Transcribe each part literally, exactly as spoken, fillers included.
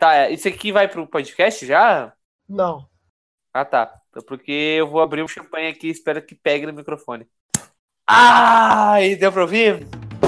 Tá, isso aqui vai pro podcast já? Não. Ah, tá. Porque eu vou abrir um champanhe aqui e espero que pegue no microfone. Ah, e deu pra ouvir?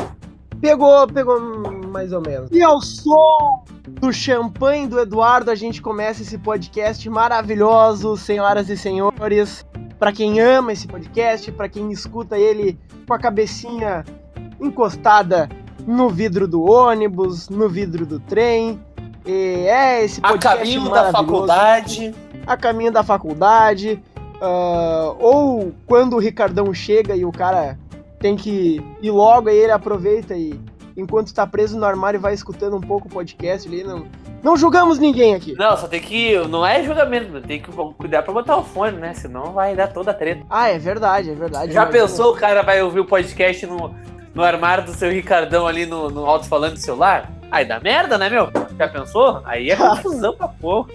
Pegou, pegou mais ou menos. E ao som do champanhe do Eduardo, a gente começa esse podcast maravilhoso, senhoras e senhores. Pra quem ama esse podcast, pra quem escuta ele com a cabecinha encostada no vidro do ônibus, no vidro do trem. E é esse podcast a caminho da faculdade. A caminho da faculdade. Uh, ou quando o Ricardão chega e o cara tem que ir logo, aí ele aproveita e, enquanto tá preso no armário, vai escutando um pouco o podcast ali. Não, não julgamos ninguém aqui. Não, só tem que... Não é julgamento, tem que cuidar pra botar o fone, né? Senão vai dar toda a treta. Ah, é verdade, é verdade. Já pensou o cara vai ouvir o podcast no, no armário do seu Ricardão ali no, no alto-falante do celular? Aí dá merda, né, meu? Já pensou? Aí é confusão pra porra.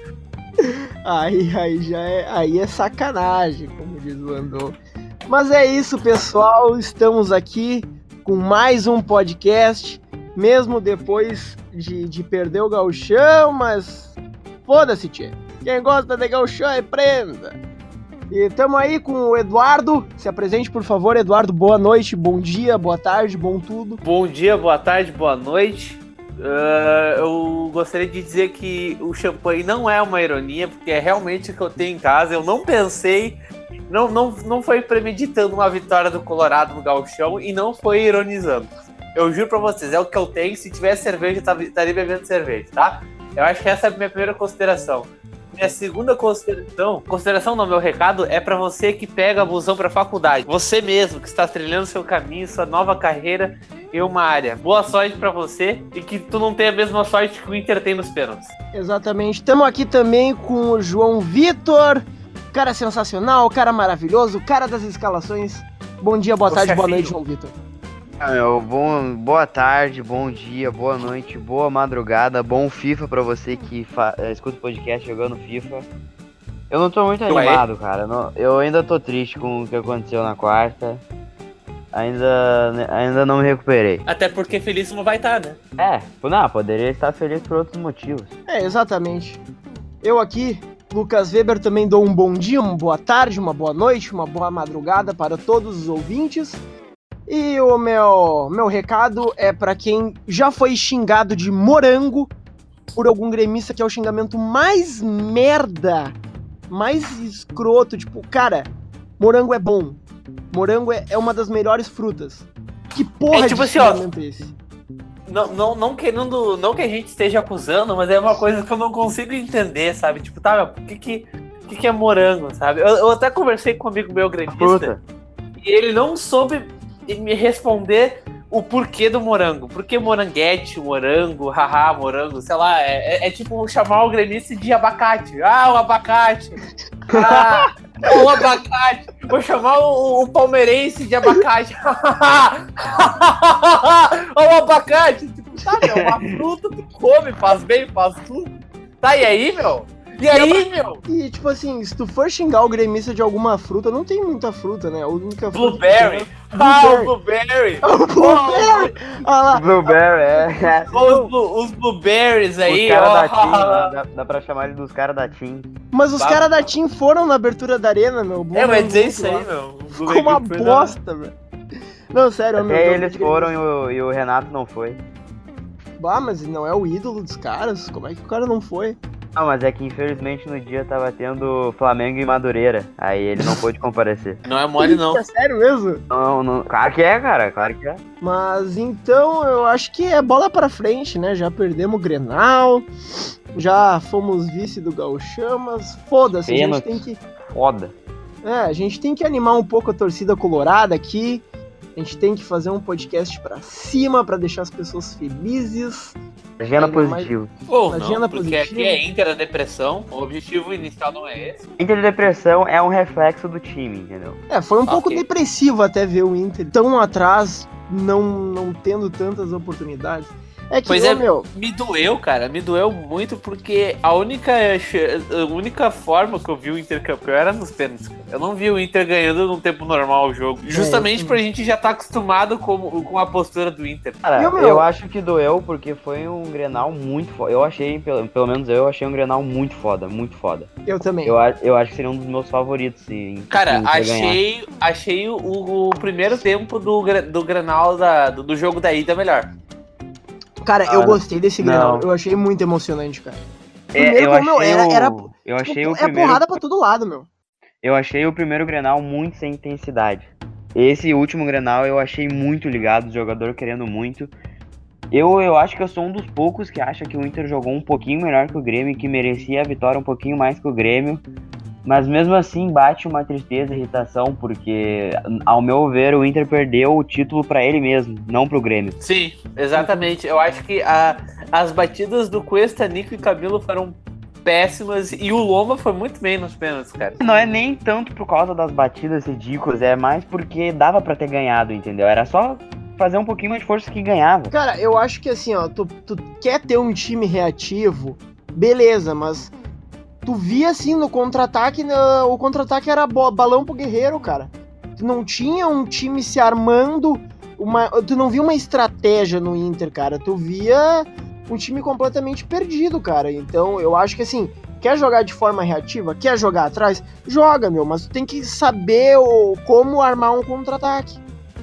Aí, aí já é, aí é sacanagem, como diz o Andor. Mas é isso, pessoal. Estamos aqui com mais um podcast, mesmo depois de, de perder o gauchão, mas foda-se, tchê. Quem gosta de gauchão é prenda. E estamos aí com o Eduardo. Se apresente, por favor, Eduardo. Boa noite, bom dia, boa tarde, bom tudo. Bom dia, boa tarde, boa noite. Uh, eu gostaria de dizer que o champanhe não é uma ironia, porque é realmente o que eu tenho em casa. Eu não pensei, não, não, não foi premeditando uma vitória do Colorado no gauchão e não foi ironizando. Eu juro pra vocês, é o que eu tenho. Se tivesse cerveja, eu estaria bebendo cerveja, tá? Eu acho que essa é a minha primeira consideração. Minha segunda consideração, consideração não, meu recado é pra você que pega a busão pra faculdade. Você mesmo que está trilhando seu caminho, sua nova carreira em uma área. Boa sorte pra você e que tu não tenha a mesma sorte que o Inter tem nos pênaltis. Exatamente. Estamos aqui também com o João Vitor, cara sensacional, cara maravilhoso, cara das escalações. Bom dia, boa Ô, tarde, chefinho. boa noite, João Vitor. Ah, meu, bom, boa tarde, bom dia, boa noite, boa madrugada, bom FIFA pra você que fa- escuta o podcast jogando FIFA. Eu não tô muito animado, cara. Não, eu ainda tô triste com o que aconteceu na quarta. Ainda, ainda não me recuperei. Até porque feliz não vai estar, né? É, não, poderia estar feliz por outros motivos. É, exatamente. Eu aqui, Lucas Weber, também dou um bom dia, uma boa tarde, uma boa noite, uma boa madrugada para todos os ouvintes. E o meu, meu recado é pra quem já foi xingado de morango por algum gremista, que é o xingamento mais merda, mais escroto. Tipo, cara, morango é bom. Morango é, é uma das melhores frutas. Que porra É tipo de assim, ó, xingamento é esse? Não, não, não querendo, não que a gente esteja acusando, mas é uma coisa que eu não consigo entender, sabe? Tipo, tá, o que que, que que é morango, sabe? Eu, eu até conversei com um amigo meu gremista Fruta. e ele não soube me responder o porquê do morango. Por que moranguete, morango, haha, morango, sei lá, é, é, é tipo chamar o gremista de abacate. Ah, o abacate! Ah, o abacate! Vou chamar o, o palmeirense de abacate. O abacate! Tipo, sabe, é uma fruta, tu come, faz bem, faz tudo. Tá, e aí, meu? E aí, meu? E, tipo assim, se tu for xingar o gremista de alguma fruta, não tem muita fruta, né? A única fruta Blueberry. que tem é Ah, o blueberry. o blueberry. Olha lá. Blueberry, é. Os, blu- os blueberries aí, Os caras ó. da Team, lá, dá, dá pra chamar ele dos caras da Team. Mas os Bah, caras da Team foram na abertura da arena, meu. É, mas dizer Blueberry isso aí, lá. meu. O Ficou uma Blueberry foi bosta, velho. Não, sério, meu. Até Deus, eles que foram e gremista. o, e o Renato não foi. Bah, mas não é o ídolo dos caras? Como é que o cara não foi? Não, mas é que infelizmente no dia tava tendo Flamengo e Madureira. Aí ele não pôde comparecer. Não é mole, não. É sério mesmo? Não, não. Claro que é, cara, claro que é. Mas então eu acho que é bola pra frente, né? Já perdemos o Grenal, já fomos vice do Gauchão, mas foda-se, a gente Pênalti. tem que. Foda. É, a gente tem que animar um pouco a torcida colorada aqui. A gente tem que fazer um podcast pra cima, pra deixar as pessoas felizes. Agenda Ainda mais- positivo. Ou Imagina não, porque positivo. aqui é Inter a depressão. O objetivo inicial não é esse. Interdepressão é um reflexo do time, entendeu? É, foi um pouco Ok. depressivo até ver o Inter tão atrás, não, não tendo tantas oportunidades. É que, Pois ô, é, meu, me doeu, cara, me doeu muito porque a única, a única forma que eu vi o Inter campeão era nos pênaltis. Eu não vi o Inter ganhando num tempo normal o jogo, justamente eu pra gente já estar tá acostumado com, com a postura do Inter. Cara, Eu, meu- eu acho que doeu porque foi um Grenal muito foda. Eu achei, pelo, pelo menos eu achei um Grenal muito foda, muito foda. eu também. Eu, a- eu acho que seria um dos meus favoritos. Se, se Cara, o Inter ganhar. achei, achei o, o primeiro tempo do, Gra- do Grenal, da, do, do jogo da ida melhor. Cara, Ah, eu gostei desse não. Grenal. Eu achei muito emocionante, cara. É, Primeiro, eu como, meu, achei era, o, era eu tipo, achei o é primeiro, porrada pra todo lado, meu. eu achei o primeiro Grenal muito sem intensidade. Esse último Grenal eu achei muito ligado, o jogador querendo muito. Eu, eu acho que eu sou um dos poucos que acha que o Inter jogou um pouquinho melhor que o Grêmio, que merecia a vitória um pouquinho mais que o Grêmio. Mas mesmo assim bate uma tristeza e irritação, porque, ao meu ver, o Inter perdeu o título pra ele mesmo, não pro Grêmio. Sim, exatamente. Eu acho que a, as batidas do Cuesta, Nico e Camilo foram péssimas e o Loma foi muito bem nos pênaltis, cara. Não é nem tanto por causa das batidas ridículas, é mais porque dava pra ter ganhado, entendeu? Era só fazer um pouquinho mais de força que ganhava. Cara, eu acho que assim, ó, tu, tu quer ter um time reativo, beleza, mas tu via assim no contra-ataque, no- o contra-ataque era bo- balão pro Guerreiro, cara. Tu não tinha um time se armando, uma, tu não via uma estratégia no Inter, cara. Tu via um time completamente perdido, cara. Então, eu acho que assim, quer jogar de forma reativa, quer jogar atrás, joga, meu, mas tu tem que saber o, como armar um contra-ataque.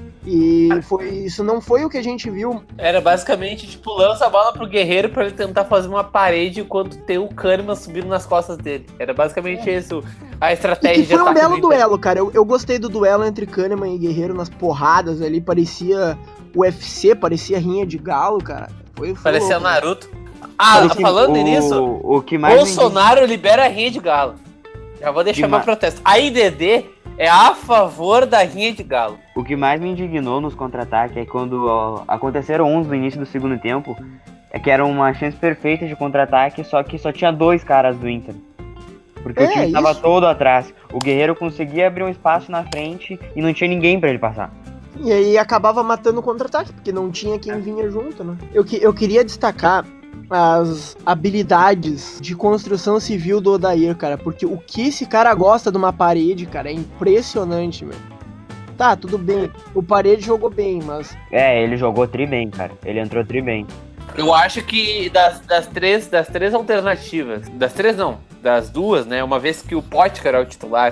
E foi, isso não foi o que a gente viu. Era basicamente, tipo, lança a bola pro Guerreiro pra ele tentar fazer uma parede enquanto tem o Kahneman subindo nas costas dele. Era basicamente isso, a E estratégia que foi um ataque belo do Inter. duelo, cara. Eu, eu gostei do duelo entre Kahneman e Guerreiro nas porradas ali. Parecia U F C, parecia rinha de galo, cara. Foi, foi Parecia louco, né? Naruto. Ah, Parecia- falando o, nisso, o que mais me Bolsonaro libera a rinha de galo. Já vou deixar Que meu ma- protesto. A I D D é a favor da rinha de galo. O que mais me indignou nos contra-ataques é quando ó, aconteceram uns no início do segundo tempo, é que era uma chance perfeita de contra-ataque, só que só tinha dois caras do Inter. Porque É, o time tava isso. todo atrás. O Guerreiro conseguia abrir um espaço na frente e não tinha ninguém pra ele passar. E aí acabava matando o contra-ataque, porque não tinha quem vinha junto, né? Eu, que, eu queria destacar as habilidades de construção civil do Odair, cara, porque o que esse cara gosta de uma parede, cara, é impressionante, meu. Tá, tudo bem, o Parede jogou bem, mas É, ele jogou tri bem, cara. Ele entrou tri bem. Eu acho que das, das, três, das três alternativas, das três não, das duas, né? Uma vez que o Potker é o titular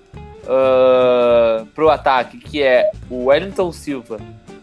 uh, pro ataque, que é o Wellington Silva,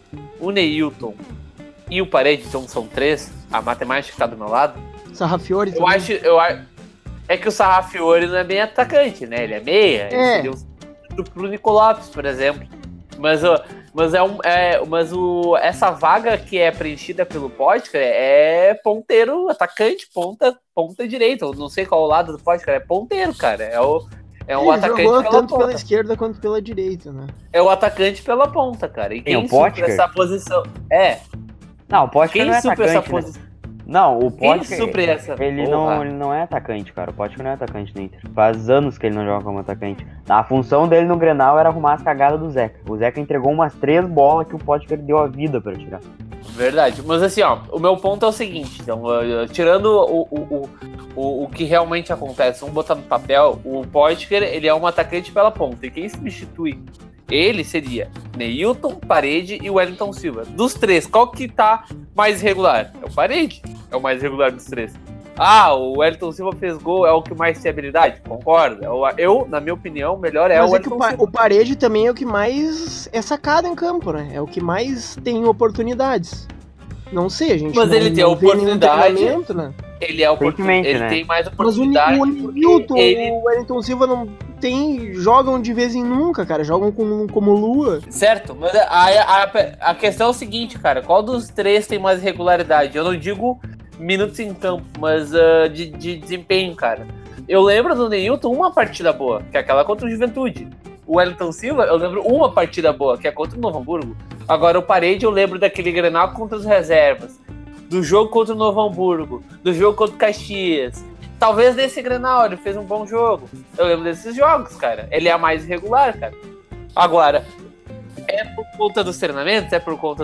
o Neilton e o Parede, então são três, a matemática tá do meu lado. Sarrafiori Eu também. acho, eu acho. É que o Sarrafiori não é bem atacante, né? Ele é meia. Ele É. seria um substituto pro Nico Lopes, por exemplo. Mas, ó, mas, é um, é, mas o, essa vaga que é preenchida pelo Potker é ponteiro, atacante, ponta, ponta direita. Eu não sei qual o lado do Potker, é ponteiro, cara. É, o, é um Ele atacante jogou pela tanto ponta. pela esquerda quanto pela direita, né? É o atacante pela ponta, cara. E Quem, quem o supre Potker? essa posição? É, Não, o Potker quem não é supre essa atacante, né? posição? Não, o Quem Potker, supre essa ele porra? não, ele não é atacante, cara. O Potker não é atacante no Inter. Faz anos que ele não joga como atacante. A função dele no Grenal era arrumar as cagadas do Zeca. O Zeca entregou umas três bolas que o Potker deu a vida pra tirar. Verdade, mas assim, ó, o meu ponto é o seguinte, então, uh, tirando o, o, o, o, o que realmente acontece, vamos botar no papel, o Potker, ele é um atacante pela ponta, e quem substitui ele seria Neilton, Parede e Wellington Silva. Dos três, qual que tá mais regular? É o Parede, é o mais regular dos três. Ah, o Wellington Silva fez gol, é o que mais tem habilidade? Concordo. Eu, eu, na minha opinião, o melhor é Mas o é que Wellington o, pa- Silva. o Parede também é o que mais é sacado em campo, né? É o que mais tem oportunidades. Não sei, a gente Mas não, ele tem não vê nenhum oportunidade. treinamento, né? Ele é oportunidade, Infelizmente, ele né? tem mais Mas o, oportunidade. Ni- o porque Nilton, ele o Wellington Silva não tem. Jogam de vez em nunca, cara. Jogam como, como lua. Certo, mas a, a, a questão é o seguinte, cara. Qual dos três tem mais regularidade? Eu não digo minutos em campo, mas uh, de, de desempenho, cara. Eu lembro do Neilton uma partida boa, que é aquela contra o Juventude. O Wellington Silva, eu lembro uma partida boa, que é contra o Novo Hamburgo. Agora o Parede, eu lembro daquele Grenal contra os reservas. Do jogo contra o Novo Hamburgo. Do jogo contra o Caxias. Talvez nesse Grenal ele fez um bom jogo. Eu lembro desses jogos, cara. Ele é a mais irregular, cara. Agora, é por conta dos treinamentos? É por conta do, do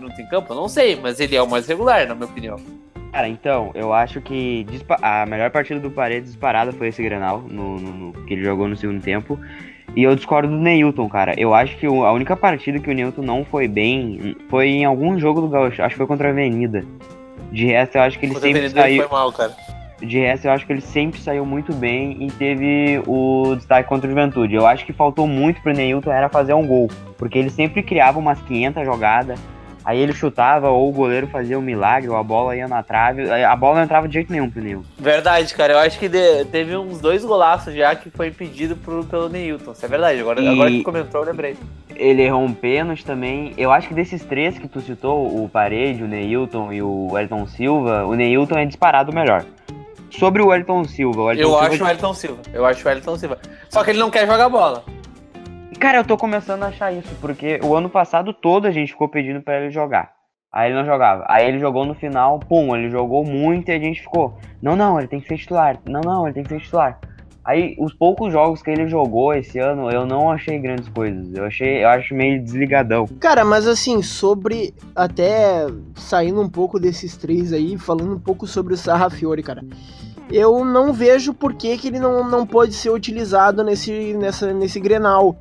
minutos em campo? Eu não sei, mas ele é o mais regular, na minha opinião. Cara, então, eu acho que dispa- a melhor partida do Paredes disparada foi esse Grenal, no, no- no- que ele jogou no segundo tempo. E eu discordo do Neilton, cara. Eu acho que o- a única partida que o Neilton não foi bem foi em algum jogo do Gaúcho. Acho que foi contra a Avenida. De resto, eu acho que ele Contra a sempre Avenida ele saiu. foi mal, cara. De resto, eu acho que ele sempre saiu muito bem e teve o destaque contra o Juventude. Eu acho que faltou muito pro Neilton era fazer um gol. Porque ele sempre criava umas quinhentas jogadas. Aí ele chutava, ou o goleiro fazia um milagre, ou a bola ia na trave. A bola não entrava de jeito nenhum pro Neilton. Verdade, cara. Eu acho que de- teve uns dois golaços já que foi impedido pro, pelo Neilton. Isso é verdade. Agora, E- agora que comentou, eu lembrei. Ele errou um pênalti também. Eu acho que desses três que tu citou, o Parede, o Neilton e o Wellington Silva, o Neilton é disparado o melhor. Sobre o Wellington Silva, o Wellington Eu Silva... acho o Wellington Silva. Eu acho o Wellington Silva. Só que ele não quer jogar bola. Cara, eu tô começando a achar isso, porque o ano passado todo a gente ficou pedindo pra ele jogar. Aí ele não jogava. Aí ele jogou no final, pum, ele jogou muito e a gente ficou, não, não, ele tem que ser titular. Não, não, ele tem que ser titular. Aí, os poucos jogos que ele jogou esse ano, eu não achei grandes coisas. Eu achei, eu acho meio desligadão. Cara, mas assim, sobre, até saindo um pouco desses três aí, falando um pouco sobre o Sarrafiore, cara. Eu não vejo por que, que ele não, não pode ser utilizado nesse, nessa, nesse Grenal.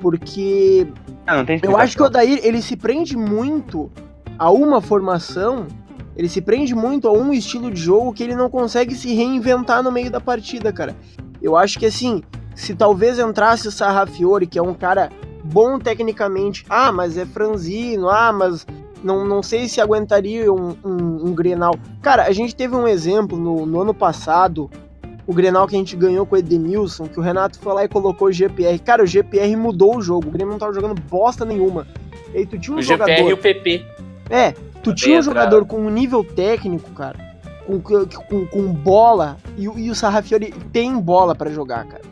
Porque Ah, não tem eu acho que o explicação. Odair, ele se prende muito a uma formação, ele se prende muito a um estilo de jogo que ele não consegue se reinventar no meio da partida, cara. Eu acho que assim, se talvez entrasse o Sarrafiore, que é um cara bom tecnicamente, ah, mas é franzino, ah, mas não, não sei se aguentaria um, um, um Grenal. Cara, a gente teve um exemplo no, no ano passado, o Grenal que a gente ganhou com o Edenilson, que o Renato foi lá e colocou o G P R. Cara, o G P R mudou o jogo, o Grêmio não tava jogando bosta nenhuma. E aí tu tinha um O jogador... G P R e o P P. É, tu tinha um jogador com um nível técnico, cara, com, com, com bola, e, o- e o Sarrafiore tem bola pra jogar, cara.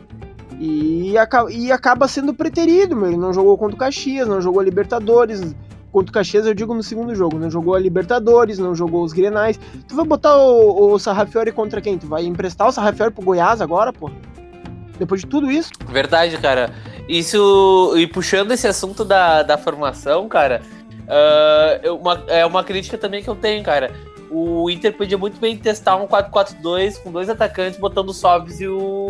E, aca- e acaba sendo preterido, meu. Ele não jogou contra o Caxias, não jogou a Libertadores. Contra o Caxias, eu digo no segundo jogo. Não jogou a Libertadores, não jogou os Grenais. Tu vai botar o, o Sarrafiore contra quem? Tu vai emprestar o Sarrafiore pro Goiás agora, pô? Depois de tudo isso? Verdade, cara. Isso. E puxando esse assunto da, da formação, cara, ah, eu- uma- é uma crítica também que eu tenho, cara. O Inter podia muito bem testar um quatro quatro dois com dois atacantes, botando o Sobis e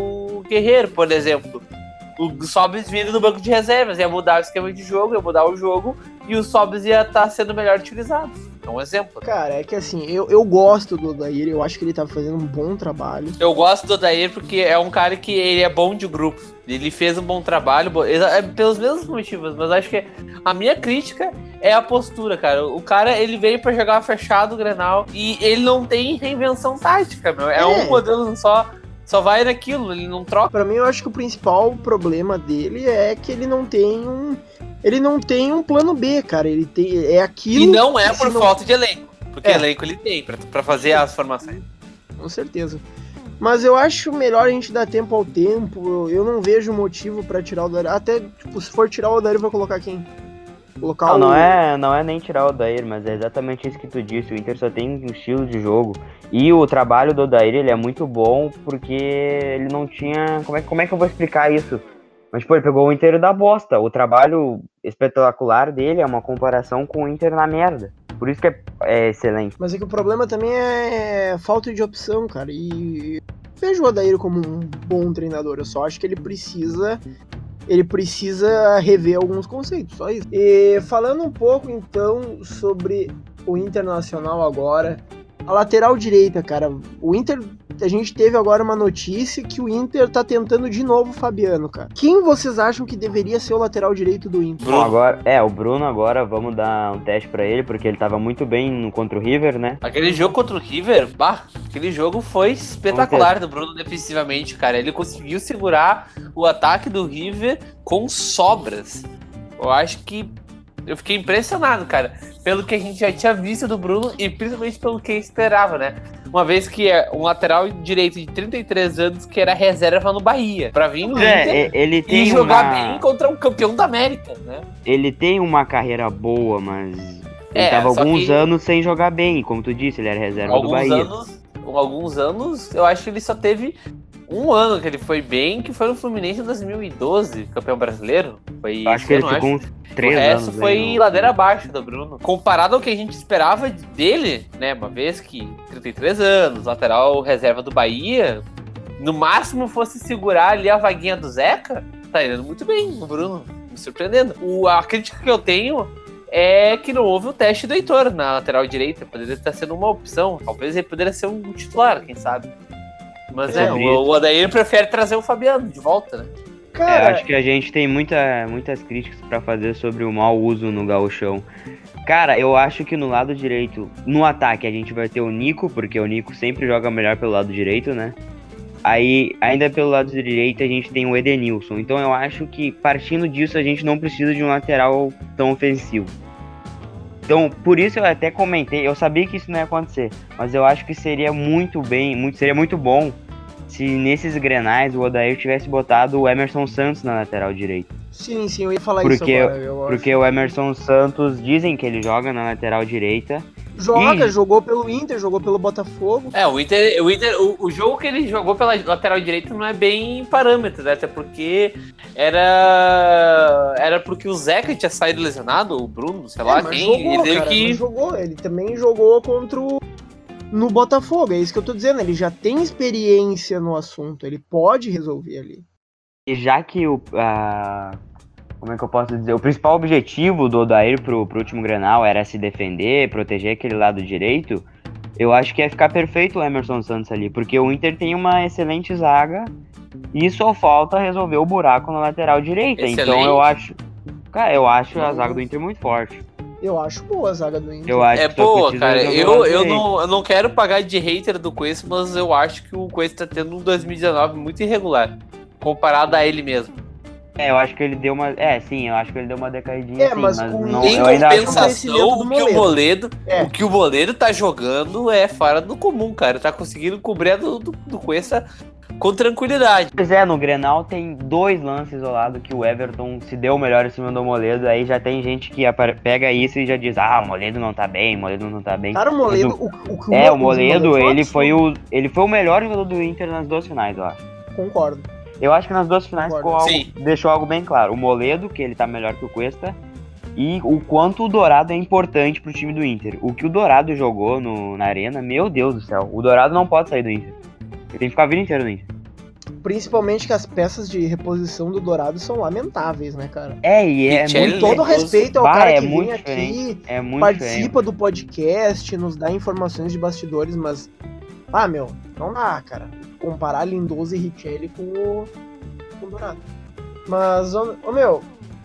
o Guerreiro, por exemplo. O Sobis vindo do banco de reservas, ia mudar o esquema de jogo, ia mudar o jogo, e o Sobis ia estar sendo melhor utilizado. É um exemplo. Cara, é que assim, eu, eu gosto do Odair, eu acho que ele tá fazendo um bom trabalho. Eu gosto do Odair porque é um cara que ele é bom de grupo. Ele fez um bom trabalho, bo- exa- é pelos mesmos motivos, mas acho que a minha crítica é a postura, cara. O cara, ele veio pra jogar fechado o Grenal e ele não tem reinvenção tática, meu. É, É. um modelo só, só vai naquilo, ele não troca. Pra mim, eu acho que o principal problema dele é que ele não tem um. Ele não tem um plano B, cara. Ele tem. É aquilo. E não é que por se não- falta de elenco, porque É. elenco ele tem pra, pra fazer as formações. Com certeza. Mas eu acho melhor a gente dar tempo ao tempo. Eu, eu não vejo motivo pra tirar o Odair. Até, tipo, se for tirar o Odair, vai colocar quem? Colocar Não, o. não é, não é nem tirar o Odair, mas é exatamente isso que tu disse. O Inter só tem um estilo de jogo. E o trabalho do Odair, ele é muito bom porque ele não tinha... Como é, como é que eu vou explicar isso? Mas, pô, ele pegou o Inter da bosta. O trabalho espetacular dele é uma comparação com o Inter na merda. Por isso que é, é excelente. Mas é que o problema também é falta de opção, cara. E vejo o Odair como um bom treinador. Eu só acho que ele precisa. Ele precisa rever alguns conceitos, só isso. E falando um pouco então sobre o Internacional agora. A lateral direita, cara. O Inter. A gente teve agora uma notícia que o Inter tá tentando de novo o Fabiano, cara. Quem vocês acham que deveria ser o lateral direito do Inter? Bom, agora, é, o Bruno agora, vamos dar um teste pra ele, porque ele tava muito bem no, contra o River, né? Aquele jogo contra o River, bah, aquele jogo foi espetacular do Bruno defensivamente, cara. Ele conseguiu segurar o ataque do River com sobras. Eu acho que eu fiquei impressionado, cara, pelo que a gente já tinha visto do Bruno e principalmente pelo que esperava, né? Uma vez que é um lateral direito de trinta e três anos que era reserva no Bahia, pra vir no Inter É, ele tem e jogar uma... bem contra um campeão da América, né? Ele tem uma carreira boa, mas ele É, tava só alguns que- anos sem jogar bem, como tu disse, ele era reserva do alguns Bahia. anos, alguns anos, eu acho que ele só teve um ano que ele foi bem, que foi no Fluminense em dois mil e doze, campeão brasileiro. Foi Acho que ele ficou uns três anos. O resto foi aí, ladeira abaixo do Bruno. Comparado ao que a gente esperava dele, né? Uma vez que trinta e três anos, lateral reserva do Bahia, no máximo fosse segurar ali a vaguinha do Zeca, tá indo muito bem o Bruno, me surpreendendo. O, a crítica que eu tenho é que não houve o teste do Heitor na lateral direita. Poderia estar sendo uma opção. Talvez ele poderia ser um titular, quem sabe. Mas é, o, o Odair prefere trazer o Fabiano de volta, né? Cara, É, acho que a gente tem muita, muitas críticas pra fazer sobre o mau uso no gauchão. Cara, eu acho que no lado direito, no ataque, a gente vai ter o Nico, porque o Nico sempre joga melhor pelo lado direito, né? Aí, ainda pelo lado direito, a gente tem o Edenilson. Então eu acho que, partindo disso, a gente não precisa de um lateral tão ofensivo. Então, por isso eu até comentei, eu sabia que isso não ia acontecer, mas eu acho que seria muito bem, muito, seria muito bom se nesses grenais o Odair tivesse botado o Emerson Santos na lateral direita. sim, sim, eu ia falar Porque, isso agora. Eu porque o Emerson Santos, dizem que ele joga na lateral direita. acho. Joga, e- jogou pelo Inter, jogou pelo Botafogo. É, o Inter, o, Inter o, o jogo que ele jogou pela lateral direita não é bem parâmetro, né? Até porque era era porque o Zeca tinha saído lesionado, o Bruno, sei lá É, mas quem. jogou, ele teve cara, que mas jogou. Ele também jogou contra o... no Botafogo, é isso que eu tô dizendo. Ele já tem experiência no assunto, ele pode resolver ali. E já que o. a- como é que eu posso dizer? O principal objetivo do Odair pro, pro último Grenal era se defender, proteger aquele lado direito. Eu acho que ia ficar perfeito o Emerson Santos ali, porque o Inter tem uma excelente zaga e só falta resolver o buraco na lateral direita. Excelente. Então eu acho. Cara, eu acho a zaga do Inter muito forte. Eu acho boa a zaga do Inter. Eu acho É que só boa, precisa cara. resolver o Eu, lado eu, direito. não, eu não quero pagar de hater do Cuesta, mas eu acho que o Cuesta tá tendo um dois mil e dezenove muito irregular, comparado a ele mesmo. É, eu acho que ele deu uma. É, sim, eu acho que ele deu uma decaidinha, É, sim, mas mas com não. Em Eu ainda acho. crescimento compensação, do o que o Moledo, É. o que o Moledo tá jogando é fora do comum, cara. Tá conseguindo cobrir a do, do, do Cuesta com tranquilidade. Pois é, no Grenal tem dois lances isolados que o Everton se deu melhor em cima do Moledo, aí já tem gente que apare- pega isso e já diz, ah, o Moledo não tá bem, o Moledo não tá bem. Cara, o Moledo... Mas O, o, que É, o o Moledo, é um ele foi absurdo. o, ele foi o melhor jogador do Inter nas duas finais, eu acho. Concordo. Eu acho que nas duas finais ficou Concordo. algo, Sim. deixou algo bem claro. O Moledo, que ele tá melhor que o Cuesta, e o quanto o Dourado é importante pro time do Inter. O que o Dourado jogou no, na arena, meu Deus do céu, o Dourado não pode sair do Inter. Ele tem que ficar a vida inteira no Inter. Principalmente que as peças de reposição do Dourado são lamentáveis, né, cara? É, e é Richelli, muito... Com todo respeito ao Bah, cara é que muito vem aqui, diferente. É muito participa do podcast, nos dá informações de bastidores, mas... Ah, meu, não dá, cara. Comparar Lindoso e Richelli com o, com o Dourado. Mas, ô, ô, meu,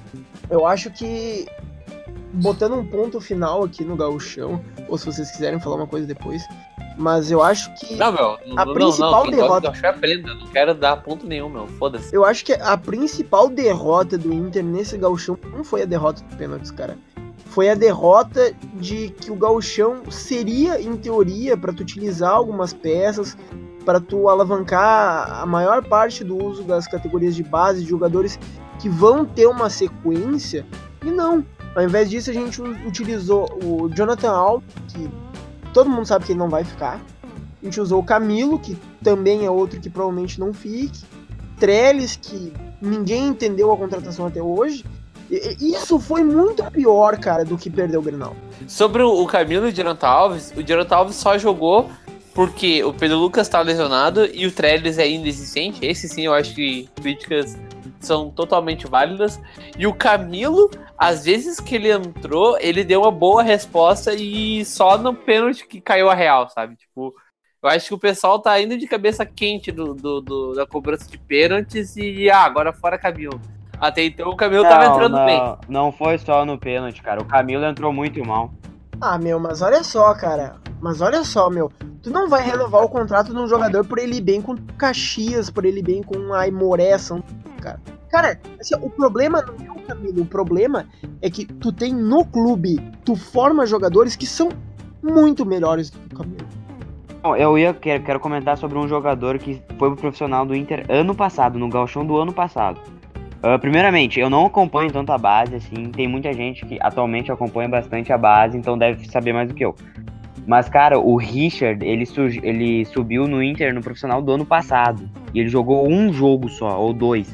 eu acho que... Botando um ponto final aqui no gauchão, ou se vocês quiserem falar uma coisa depois, mas eu acho que... Não, meu, A não, principal não, quem derrota- gosta do aprenda, não quero dar ponto nenhum, meu, foda-se. Eu acho que a principal derrota do Inter nesse gauchão não foi a derrota do pênaltis, cara. Foi a derrota de que o gauchão seria, em teoria, pra tu utilizar algumas peças, pra tu alavancar a maior parte do uso das categorias de base, de jogadores que vão ter uma sequência, e não. Ao invés disso, a gente u- utilizou o Jonathan Alves, que todo mundo sabe que ele não vai ficar. A gente usou o Camilo, que também é outro que provavelmente não fique. Trellis, que ninguém entendeu a contratação até hoje. E- e isso foi muito pior, cara, do que perder o Grenal. Sobre o o Camilo e o Jonathan Alves, o Jonathan Alves só jogou porque o Pedro Lucas tá lesionado e o Trellis é inexistente. Esse sim, eu acho que críticas são totalmente válidas. E o Camilo, às vezes que ele entrou, ele deu uma boa resposta e só no pênalti que caiu a real, sabe? Tipo, eu acho que o pessoal tá indo de cabeça quente do, do- do- da cobrança de pênaltis e, ah, agora fora Camilo. Até então o Camilo tava entrando não, bem. Não foi só no pênalti, cara. O Camilo entrou muito mal. Ah, meu, mas olha só, cara. Mas olha só, meu. Tu não vai renovar o contrato de um jogador por ele ir bem com Caxias, por ele ir bem com a Aimoré, São cara. Cara, assim, o problema não é o Camilo. O problema é que tu tem no clube, tu forma jogadores que são muito melhores do que o Camilo. Bom, eu ia quero, quero comentar sobre um jogador que foi pro profissional do Inter ano passado, no gauchão do ano passado. Uh, primeiramente, eu não acompanho tanto a base, assim, tem muita gente que atualmente acompanha bastante a base, então deve saber mais do que eu. Mas, cara, o Richard, ele, surgi, ele subiu no Inter no profissional do ano passado. E ele jogou um jogo só, ou dois.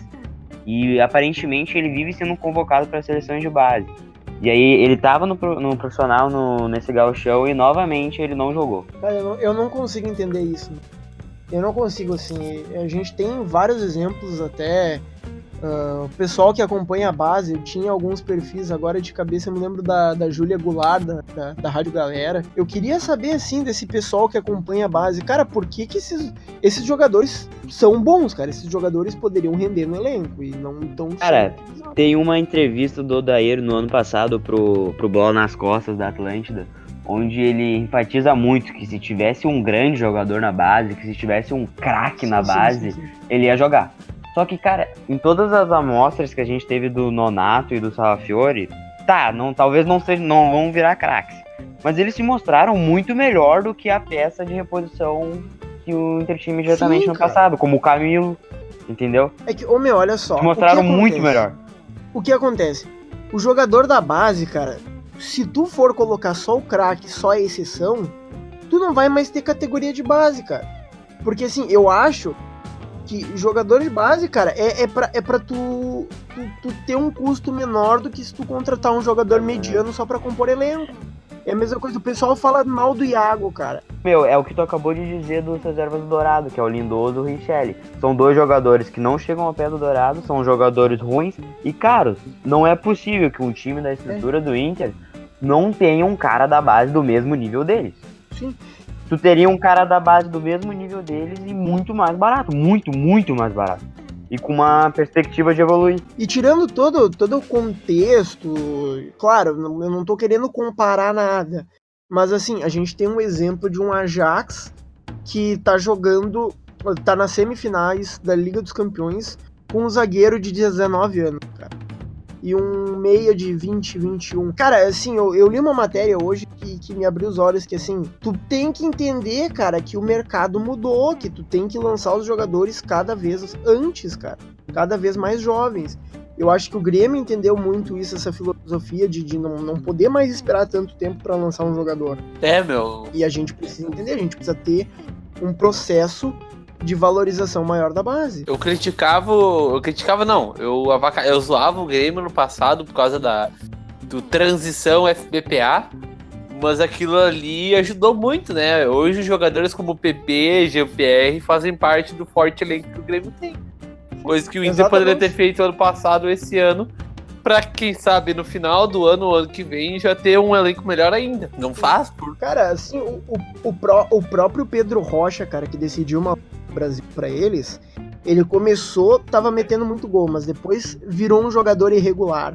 E aparentemente ele vive sendo convocado para seleções de base. E aí ele tava no, no profissional no, nesse gauchão e novamente ele não jogou. Cara, eu não, eu não consigo entender isso. Eu não consigo, assim. A gente tem vários exemplos até. Uh, o pessoal que acompanha a base, eu tinha alguns perfis agora de cabeça, eu me lembro da, da Júlia Goulart, da, da, da Rádio Galera. Eu queria saber, assim, desse pessoal que acompanha a base, cara, por que que esses, esses jogadores são bons, cara? Esses jogadores poderiam render no elenco e não tão... Cara, tem uma entrevista do Odair no ano passado pro, pro Bola nas Costas da Atlântida, onde ele enfatiza muito que se tivesse um grande jogador na base, que se tivesse um craque na base, sim, sim, sim. ele ia jogar. Só que, cara, em todas as amostras que a gente teve do Nonato e do Salafiori, tá, não, talvez não, seja, não vão virar craques, mas eles se mostraram muito melhor do que a peça de reposição que o Inter tinha imediatamente no ano passado, como o Camilo, entendeu? É que, ô meu, olha só. Se mostraram muito melhor. O que acontece? O jogador da base, cara, se tu for colocar só o craque, só a exceção, tu não vai mais ter categoria de base, cara. Porque, assim, eu acho... que jogador de base, cara, é, é, pra, é pra tu, tu, tu ter um custo menor do que se tu contratar um jogador mediano só pra compor elenco. É a mesma coisa, o pessoal fala mal do Iago, cara. Meu, é o que tu acabou de dizer dos reservas do Dourado, que é o Lindoso e o Richelli. São dois jogadores que não chegam ao pé do Dourado, são jogadores ruins e caros. Não é possível que um time da estrutura é. do Inter não tenha um cara da base do mesmo nível deles. Sim. Tu teria um cara da base do mesmo nível deles e muito mais barato, muito, muito mais barato. E com uma perspectiva de evoluir. E tirando todo, todo o contexto, claro, eu não tô querendo comparar nada, mas assim, a gente tem um exemplo de um Ajax que tá jogando, tá nas semifinais da Liga dos Campeões com um zagueiro de dezenove anos, cara. E um meia de vinte, vinte e um. Cara, assim, eu, eu li uma matéria hoje que, que me abriu os olhos, que assim, tu tem que entender, cara, que o mercado mudou, que tu tem que lançar os jogadores cada vez antes, cara. Cada vez mais jovens. Eu acho que o Grêmio entendeu muito isso, essa filosofia de, de não, não poder mais esperar tanto tempo pra lançar um jogador. É, meu. E a gente precisa entender, a gente precisa ter um processo de valorização maior da base. Eu criticava, eu criticava não, eu, avaca... eu zoava o Grêmio no passado por causa da do transição F B P A, mas aquilo ali ajudou muito, né? Hoje os jogadores como o P P, G P R fazem parte do forte elenco que o Grêmio tem. Coisa que o Inter Exatamente. poderia ter feito ano passado, esse ano, pra quem sabe no final do ano, o ano que vem, já ter um elenco melhor ainda. Não faz? Por... Cara, assim, o, o, o, pró, o próprio Pedro Rocha, cara, que decidiu uma Brasil pra eles, ele começou, tava metendo muito gol, mas depois virou um jogador irregular.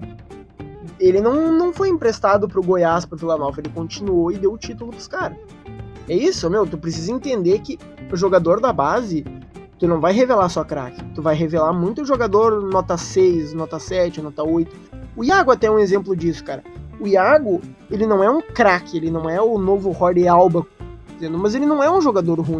Ele não, não foi emprestado pro Goiás, pro Vila Nova, ele continuou e deu o título pros caras. É isso, meu, tu precisa entender que o jogador da base, tu não vai revelar só craque, tu vai revelar muito jogador nota seis, nota sete, nota oito. O Iago até é um exemplo disso, cara. O Iago, ele não é um craque, ele não é o novo Jordi Alba, mas ele não é um jogador ruim.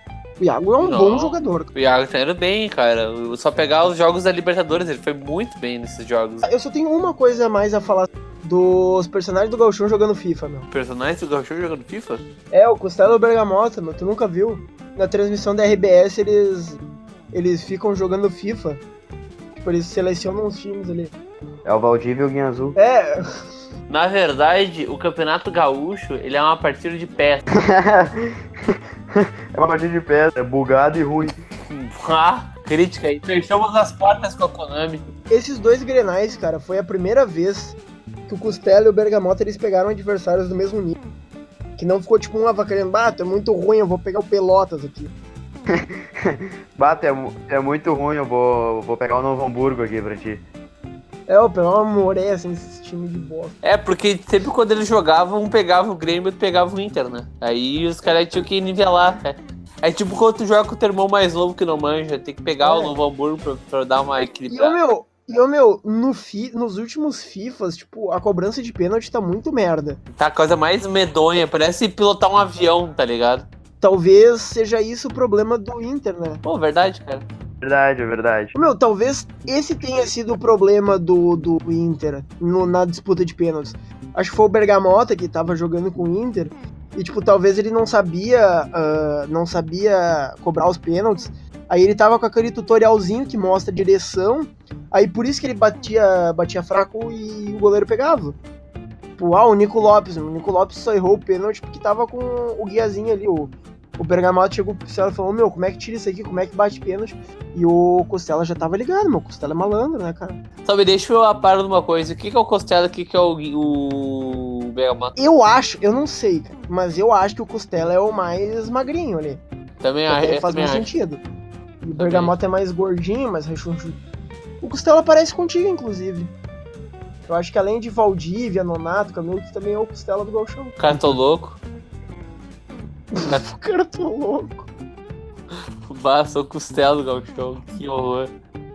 O Iago é um não, bom jogador. O Iago tá indo bem, cara. Só pegar os jogos da Libertadores, ele foi muito bem nesses jogos. Eu só tenho uma coisa a mais a falar dos personagens do Gauchão jogando FIFA, meu. Personagens do Gauchão jogando FIFA? É, o Costela e o Bergamota, meu, tu nunca viu? Na transmissão da R B S eles, eles ficam jogando FIFA. Tipo, eles selecionam os times ali. É o Valdívia e o Guinha Azul. É... Na verdade, o Campeonato Gaúcho, ele é uma partida de pés. É uma partida de pés, é bugado e ruim. Ah, crítica aí. Fechamos as portas com a Konami. Esses dois Grenais, cara, foi a primeira vez que o Costela e o Bergamota, eles pegaram adversários do mesmo nível. Que não ficou tipo um avacalhando, bato, é muito ruim, eu vou pegar o Pelotas aqui. Bato, é, é muito ruim, eu vou, vou pegar o Novo Hamburgo aqui pra ti. É, eu pegava uma moré, assim, esse time de bosta. É, porque sempre quando eles jogavam, um pegava o Grêmio e outro pegava o Inter, né? Aí os caras tinham que nivelar, né? É tipo quando tu joga com o teu irmão mais novo que não manja, tem que pegar é. o Novo Hamburgo pra, pra dar uma equilibrada. E, ô, meu, e, ô, meu no fi, nos últimos FIFAs, tipo, a cobrança de pênalti tá muito merda. Tá a coisa mais medonha, parece pilotar um avião, tá ligado? Talvez seja isso o problema do Inter, né? Pô, verdade, cara. Verdade, é verdade. Meu, talvez esse tenha sido o problema do, do Inter no, na disputa de pênaltis. Acho que foi o Bergamota que tava jogando com o Inter E, tipo, talvez ele não sabia, uh, não sabia cobrar os pênaltis. Aí ele tava com aquele tutorialzinho que mostra a direção. Aí por isso que ele batia, batia fraco e o goleiro pegava. Tipo, ah, o Nico Lopes. O Nico Lopes só errou o pênalti porque tava com o guiazinho ali. O, o Bergamoto chegou pro Costela e falou, meu, como é que tira isso aqui? Como é que bate pênalti? E o Costela já tava ligado, meu. O Costela é malandro, né, cara? Só me deixa eu parar numa coisa. O que, que é o Costela e o que, que é o, o Bergamoto? Eu acho, eu não sei, cara. Mas eu acho que o Costela é o mais magrinho ali. Também acho. Faz muito sentido. E o Bergamoto é mais gordinho, mais rechonchudo. O Costela parece contigo, inclusive. Eu acho que além de Valdívia, Nonato, Canuto, também é o Costela do Gauchão. Cara, tô louco. O cara tô louco. Bah, sou Costela do Gauchão. Que horror.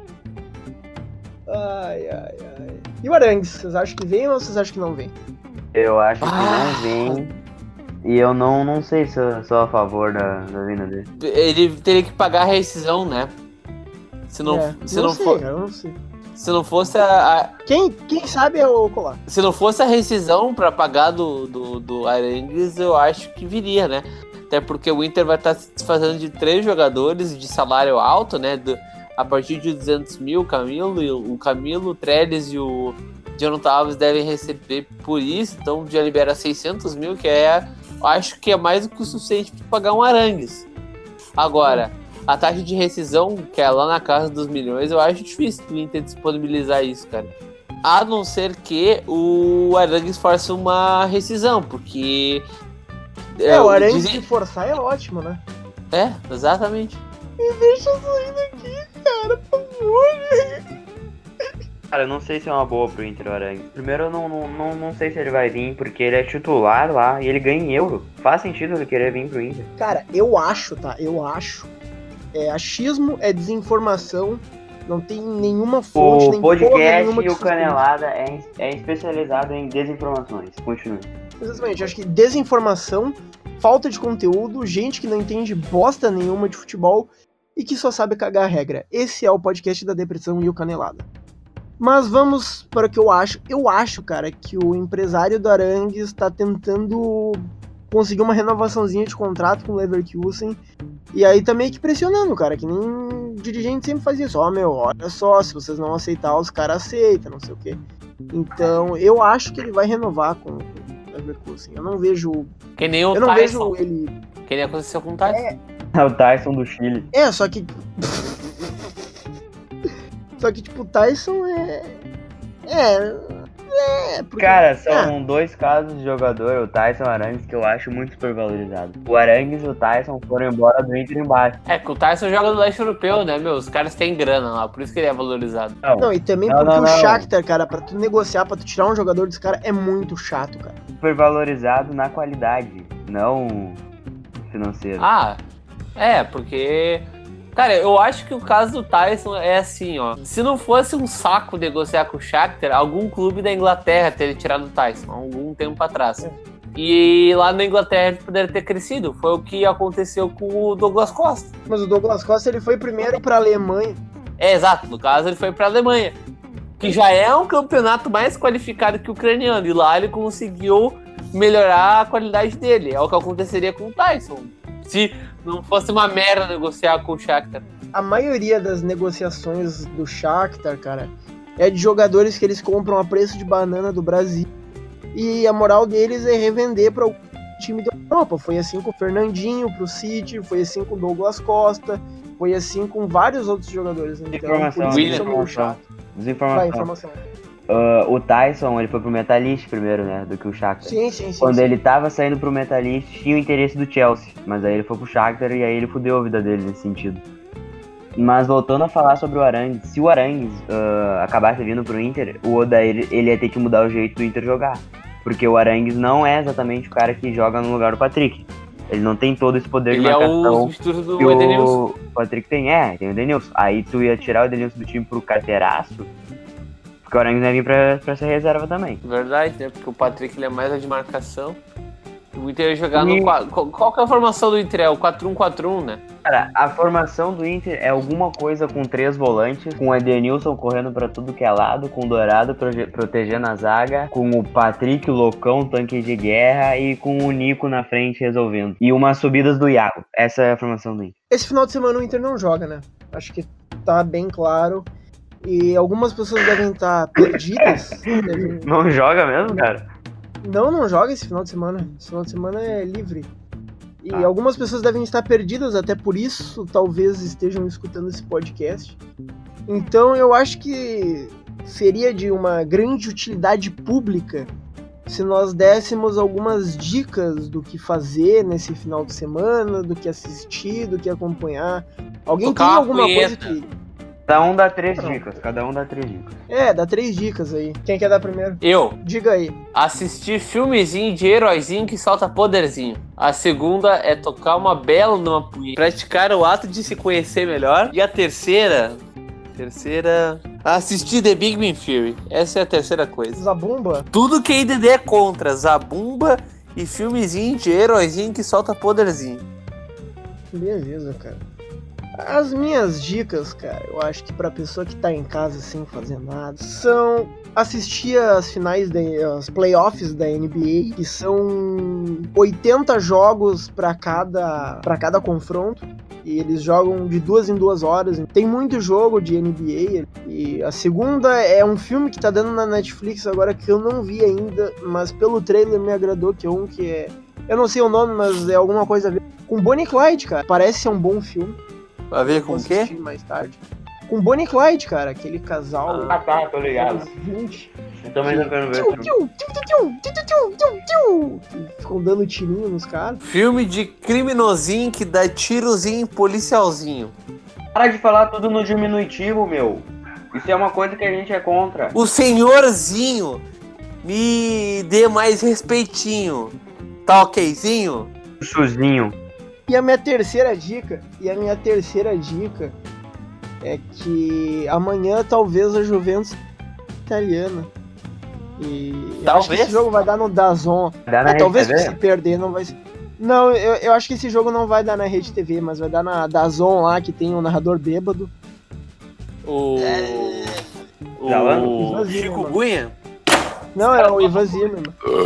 Ai, ai, ai. E o Arangues? Vocês acham que vem ou vocês acham que não vem? Eu acho que Ah. não vem. E eu não, não sei se eu sou a favor da, da vinda dele. Ele teria que pagar a rescisão, né? Se não, É, se não, não, sei, for, cara, eu não sei. se não fosse a, a- Quem, quem sabe é o Colar. se não fosse a rescisão pra pagar do, do, do Arangues, eu acho que viria, né? Até porque o Inter vai estar se desfazendo de três jogadores de salário alto, né? Do, a partir de duzentos mil, o Camilo, e o Camilo, o Trellis e o Jonathan Alves devem receber por isso, então já libera seiscentos mil, que é, acho que é mais do que o suficiente para pagar um Arangues. Agora, a taxa de rescisão, que é lá na casa dos milhões, eu acho difícil o Inter disponibilizar isso, cara. A não ser que o Arangues force uma rescisão, porque... É, o Arangues dizem- se forçar é ótimo, né? É, exatamente. Me deixa sair daqui, cara, por favor. Cara, eu não sei se é uma boa pro Inter o Arangues. Primeiro, eu não, não, não, não sei se ele vai vir, porque ele é titular lá e ele ganha em euro. Faz sentido ele querer vir pro Inter. Cara, eu acho, tá? Eu acho. É achismo, é desinformação. Não tem nenhuma fonte, O nem porra podcast nenhuma e que o sustente. Canelada é, é especializado em desinformações. Continue. Exatamente, acho que desinformação, falta de conteúdo, gente que não entende bosta nenhuma de futebol e que só sabe cagar a regra. Esse é o podcast da depressão e o Canelada. Mas vamos para o que eu acho. Eu acho, cara, que o empresário do Arangues está tentando conseguir uma renovaçãozinha de contrato com o Leverkusen. E aí tá meio que pressionando, cara, que nem dirigente sempre faz isso. Ó, meu, olha só, se vocês não aceitar, os caras aceitam, não sei o quê. Então, eu acho que ele vai renovar com o Leverkusen. Eu não vejo... Que nem o eu não Tyson. vejo ele... Que nem aconteceu com o Tyson. É o Tyson do Chile. É, só que... só que, tipo, o Tyson é... É... É... Porque... Cara, são Ah, dois casos de jogador, o Tyson e o Arangues, que eu acho muito supervalorizado. O Arangues e o Tyson foram embora do Inter embaixo. É, que o Tyson joga no leste europeu, né, meu? Os caras têm grana lá, por isso que ele é valorizado. não, e também Não, porque não, o não. Shakhtar, cara, pra tu negociar, pra tu tirar um jogador desse cara, é muito chato, cara. Supervalorizado na qualidade, não financeiro. Ah, é, porque... Cara, eu acho que o caso do Tyson é assim, ó. Se não fosse um saco negociar com o Shakhtar, algum clube da Inglaterra teria tirado o Tyson, há algum tempo atrás. É. E lá na Inglaterra ele poderia ter crescido. Foi o que aconteceu com o Douglas Costa. Mas o Douglas Costa, ele foi primeiro pra Alemanha. É, exato. No caso, ele foi pra Alemanha. Que já é um campeonato mais qualificado que o ucraniano. E lá ele conseguiu melhorar a qualidade dele. É o que aconteceria com o Tyson. Se não fosse uma merda negociar com o Shakhtar. A maioria das negociações do Shakhtar, cara, é de jogadores que eles compram a preço de banana do Brasil. E a moral deles é revender para o time da Europa. Foi assim com o Fernandinho pro City, foi assim com o Douglas Costa, foi assim com vários outros jogadores. Então, Informação, por isso que eles são meio informação. chato. Desinformação. Vai, informação. Uh, o Tyson, ele foi pro Metalist primeiro, né, do que o Shakhtar. Sim, sim, sim. Quando sim. ele tava saindo pro Metalist, tinha o interesse do Chelsea, mas aí ele foi pro Shakhtar e aí ele fudeu a vida dele nesse sentido. Mas voltando a falar sobre o Arangues, se o Arangues uh, acabasse vindo pro Inter, o Odair, ele ia ter que mudar o jeito do Inter jogar. Porque o Arangues não é exatamente o cara que joga no lugar do Patrick. Ele não tem todo esse poder Ele de é marcação o substituto do que Edenilson. o Patrick tem. É, tem o Edenilson. Aí tu ia tirar o Edenilson do time pro carteiraço, porque o Arangues ia vir pra, pra ser reserva também. Verdade, né? Porque o Patrick ele é mais a de marcação. O Inter ia jogar E- no... qua- Qual, qual que é a formação do Inter? É o quatro um quatro um, né? Cara, a formação do Inter é alguma coisa com três volantes, com o Edenilson correndo pra tudo que é lado, com o Dourado proje- protegendo a zaga, com o Patrick, o Loucão, tanque de guerra e com o Nico na frente resolvendo. E umas subidas do Iago. Essa é a formação do Inter. Esse final de semana o Inter não joga, né? Acho que tá bem claro. E algumas pessoas devem estar perdidas. devem- Não joga mesmo, cara? Não, não joga esse final de semana. Esse final de semana é livre. E Ah. algumas pessoas devem estar perdidas, até por isso talvez estejam escutando esse podcast. Então eu acho que seria de uma grande utilidade pública se nós dessemos algumas dicas do que fazer nesse final de semana, do que assistir, do que acompanhar. Alguém Tocar tem uma alguma coisa punheta. que... Cada um dá três Pronto. dicas, cada um dá três dicas. É, dá três dicas aí. Quem quer dar primeiro? Eu. Diga aí. Assistir filmezinho de heróizinho que solta poderzinho. A segunda é tocar uma bela numa punheta. Praticar o ato de se conhecer melhor. E a terceira... Terceira... Assistir The Big Bang Theory. Essa é a terceira coisa. Zabumba? Tudo que a I D D é contra. Zabumba e filmezinho de heróizinho que solta poderzinho. Beleza, cara. As minhas dicas, cara, eu acho que pra pessoa que tá em casa sem fazer nada, são assistir as finais, da, as playoffs da N B A, que são oitenta jogos pra cada, pra cada confronto. E eles jogam de duas em duas horas. Tem muito jogo de N B A. E a segunda é um filme que tá dando na Netflix agora que eu não vi ainda, mas pelo trailer me agradou, que é um que é... Eu não sei o nome, mas é alguma coisa a ver com Bonnie e Clyde, cara. Parece ser um bom filme. Vai ver com Vou o quê? assistir mais tarde. Com Bonnie e Clyde, cara. Aquele casal... Ah, tá, tô ligado. anos vinte. Eu também não quero ver. Tiu, tiu, tiu, tiu, tiu, tiu, tiu, tiu. Que ficam dando tirinho nos caras. Filme de criminosinho que dá tirozinho em policialzinho. Para de falar tudo no diminutivo, meu. Isso é uma coisa que a gente é contra. O senhorzinho me dê mais respeitinho. Tá okzinho? Chuzinho. E a minha terceira dica, e a minha terceira dica é que amanhã talvez a Juventus italiana. E eu acho que Talvez? esse jogo vai dar no DAZN. Dá na É, Rede talvez T V? se perder não vai ser. Não, eu, eu acho que esse jogo não vai dar na Rede T V, mas vai dar na DAZN lá, que tem um narrador bêbado. O. Zalando? O Chico Gunha? Não, é o Ivan Zimmerman.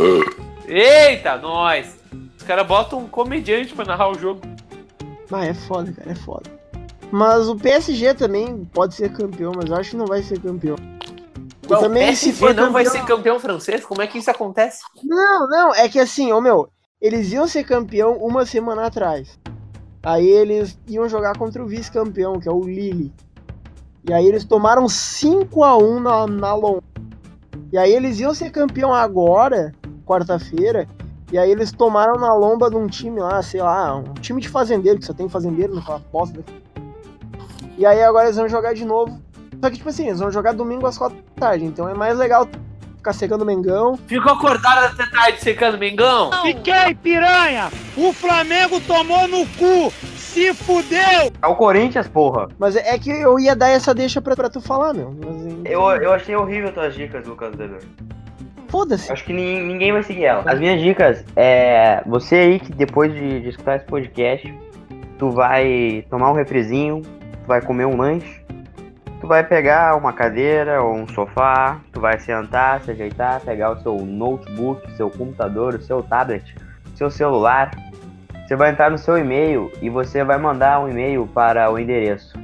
Eita, nós! Os caras botam um comediante pra narrar o jogo. Ah, é foda, cara, é foda. Mas o P S G também pode ser campeão, mas eu acho que não vai ser campeão. E Ué, também, o se P S G for não vai campeão- ser campeão francês? Como é que isso acontece? Não, não, é que assim, ô meu, eles iam ser campeão uma semana atrás. Aí eles iam jogar contra o vice-campeão, que é o Lille. E aí eles tomaram cinco a um na, na Londres. E aí eles iam ser campeão agora, quarta-feira. E aí eles tomaram na lomba de um time lá, sei lá, um time de fazendeiro, que só tem fazendeiro naquela bosta daqui. E aí agora eles vão jogar de novo. Só que tipo assim, eles vão jogar domingo às quatro da tarde. Então é mais legal ficar secando o Mengão. Ficou acordado até tarde secando Mengão? Fiquei, piranha! O Flamengo tomou no cu! Se fudeu! É o Corinthians, porra. Mas é que eu ia dar essa deixa pra, pra tu falar, meu. Mas, Eu, eu achei horrível tuas dicas, Lucas Weber. foda-se. Acho que ni- ninguém vai seguir ela. As minhas dicas é... Você aí que depois de, de escutar esse podcast, tu vai tomar um refrizinho, tu vai comer um lanche, tu vai pegar uma cadeira ou um sofá, tu vai sentar, se ajeitar, pegar o seu notebook, seu computador, o seu tablet, seu celular. Você vai entrar no seu e-mail e você vai mandar um e-mail para o endereço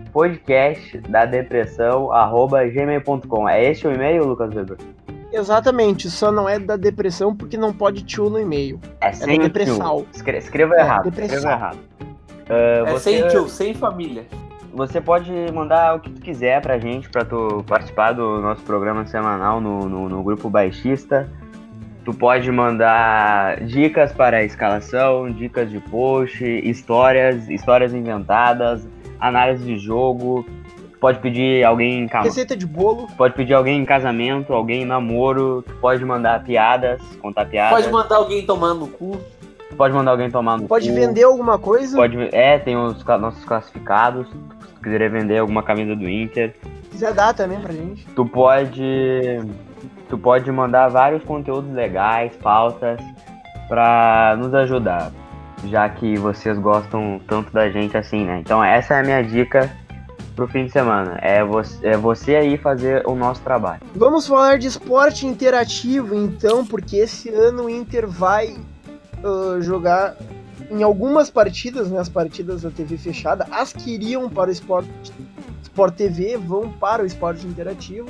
podcastdadepressão arroba gmail ponto com. É esse o e-mail, Lucas Weber? Exatamente, só não é da depressão porque não pode tio no e-mail. É da depressal. Escre- Escreva É, errado. depressal. Escreva errado. Ah, É você, sem tio, sem família. você pode mandar o que tu quiser pra gente, pra tu participar do nosso programa semanal no, no, no grupo baixista. Tu pode mandar dicas para a escalação, dicas de post, histórias, histórias inventadas, análise de jogo. Tu pode pedir alguém em cama. Receita de bolo. Tu pode pedir alguém em casamento, alguém em namoro. Tu pode mandar piadas, contar piadas. Pode mandar alguém tomar no cu. Tu pode mandar alguém tomar no Pode cu. vender alguma coisa. Pode, é, tem os cla- nossos classificados. Se tu quiser vender alguma camisa do Inter. Se quiser dar também pra gente. Tu pode. Tu pode mandar vários conteúdos legais, pautas. pra nos ajudar, já que vocês gostam tanto da gente assim, né? Então essa é a minha dica pro fim de semana, é você, é você aí fazer o nosso trabalho. Vamos falar de esporte interativo, então, porque esse ano o Inter vai uh, jogar em algumas partidas, né, as partidas da T V fechada, as que iriam para o Sport, Sport T V vão para o esporte interativo.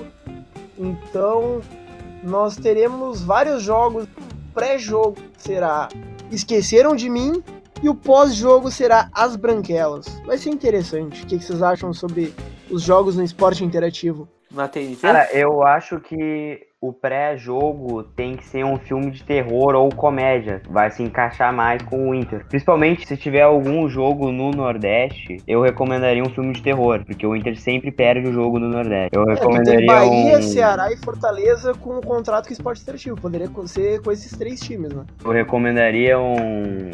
Então, nós teremos vários jogos. Pré-jogo será Esqueceram de Mim e o pós-jogo será As Branquelas. Vai ser interessante. O que vocês acham sobre os jogos no esporte interativo? Na T N T? Cara, eu acho que o pré-jogo tem que ser um filme de terror ou comédia. Vai se encaixar mais com o Inter. Principalmente se tiver algum jogo no Nordeste, eu recomendaria um filme de terror, porque o Inter sempre perde o jogo no Nordeste. Eu É, recomendaria tem Bahia, um... Ceará e Fortaleza com o contrato com o esporte interativo. Poderia ser com esses três times, né? Eu recomendaria um,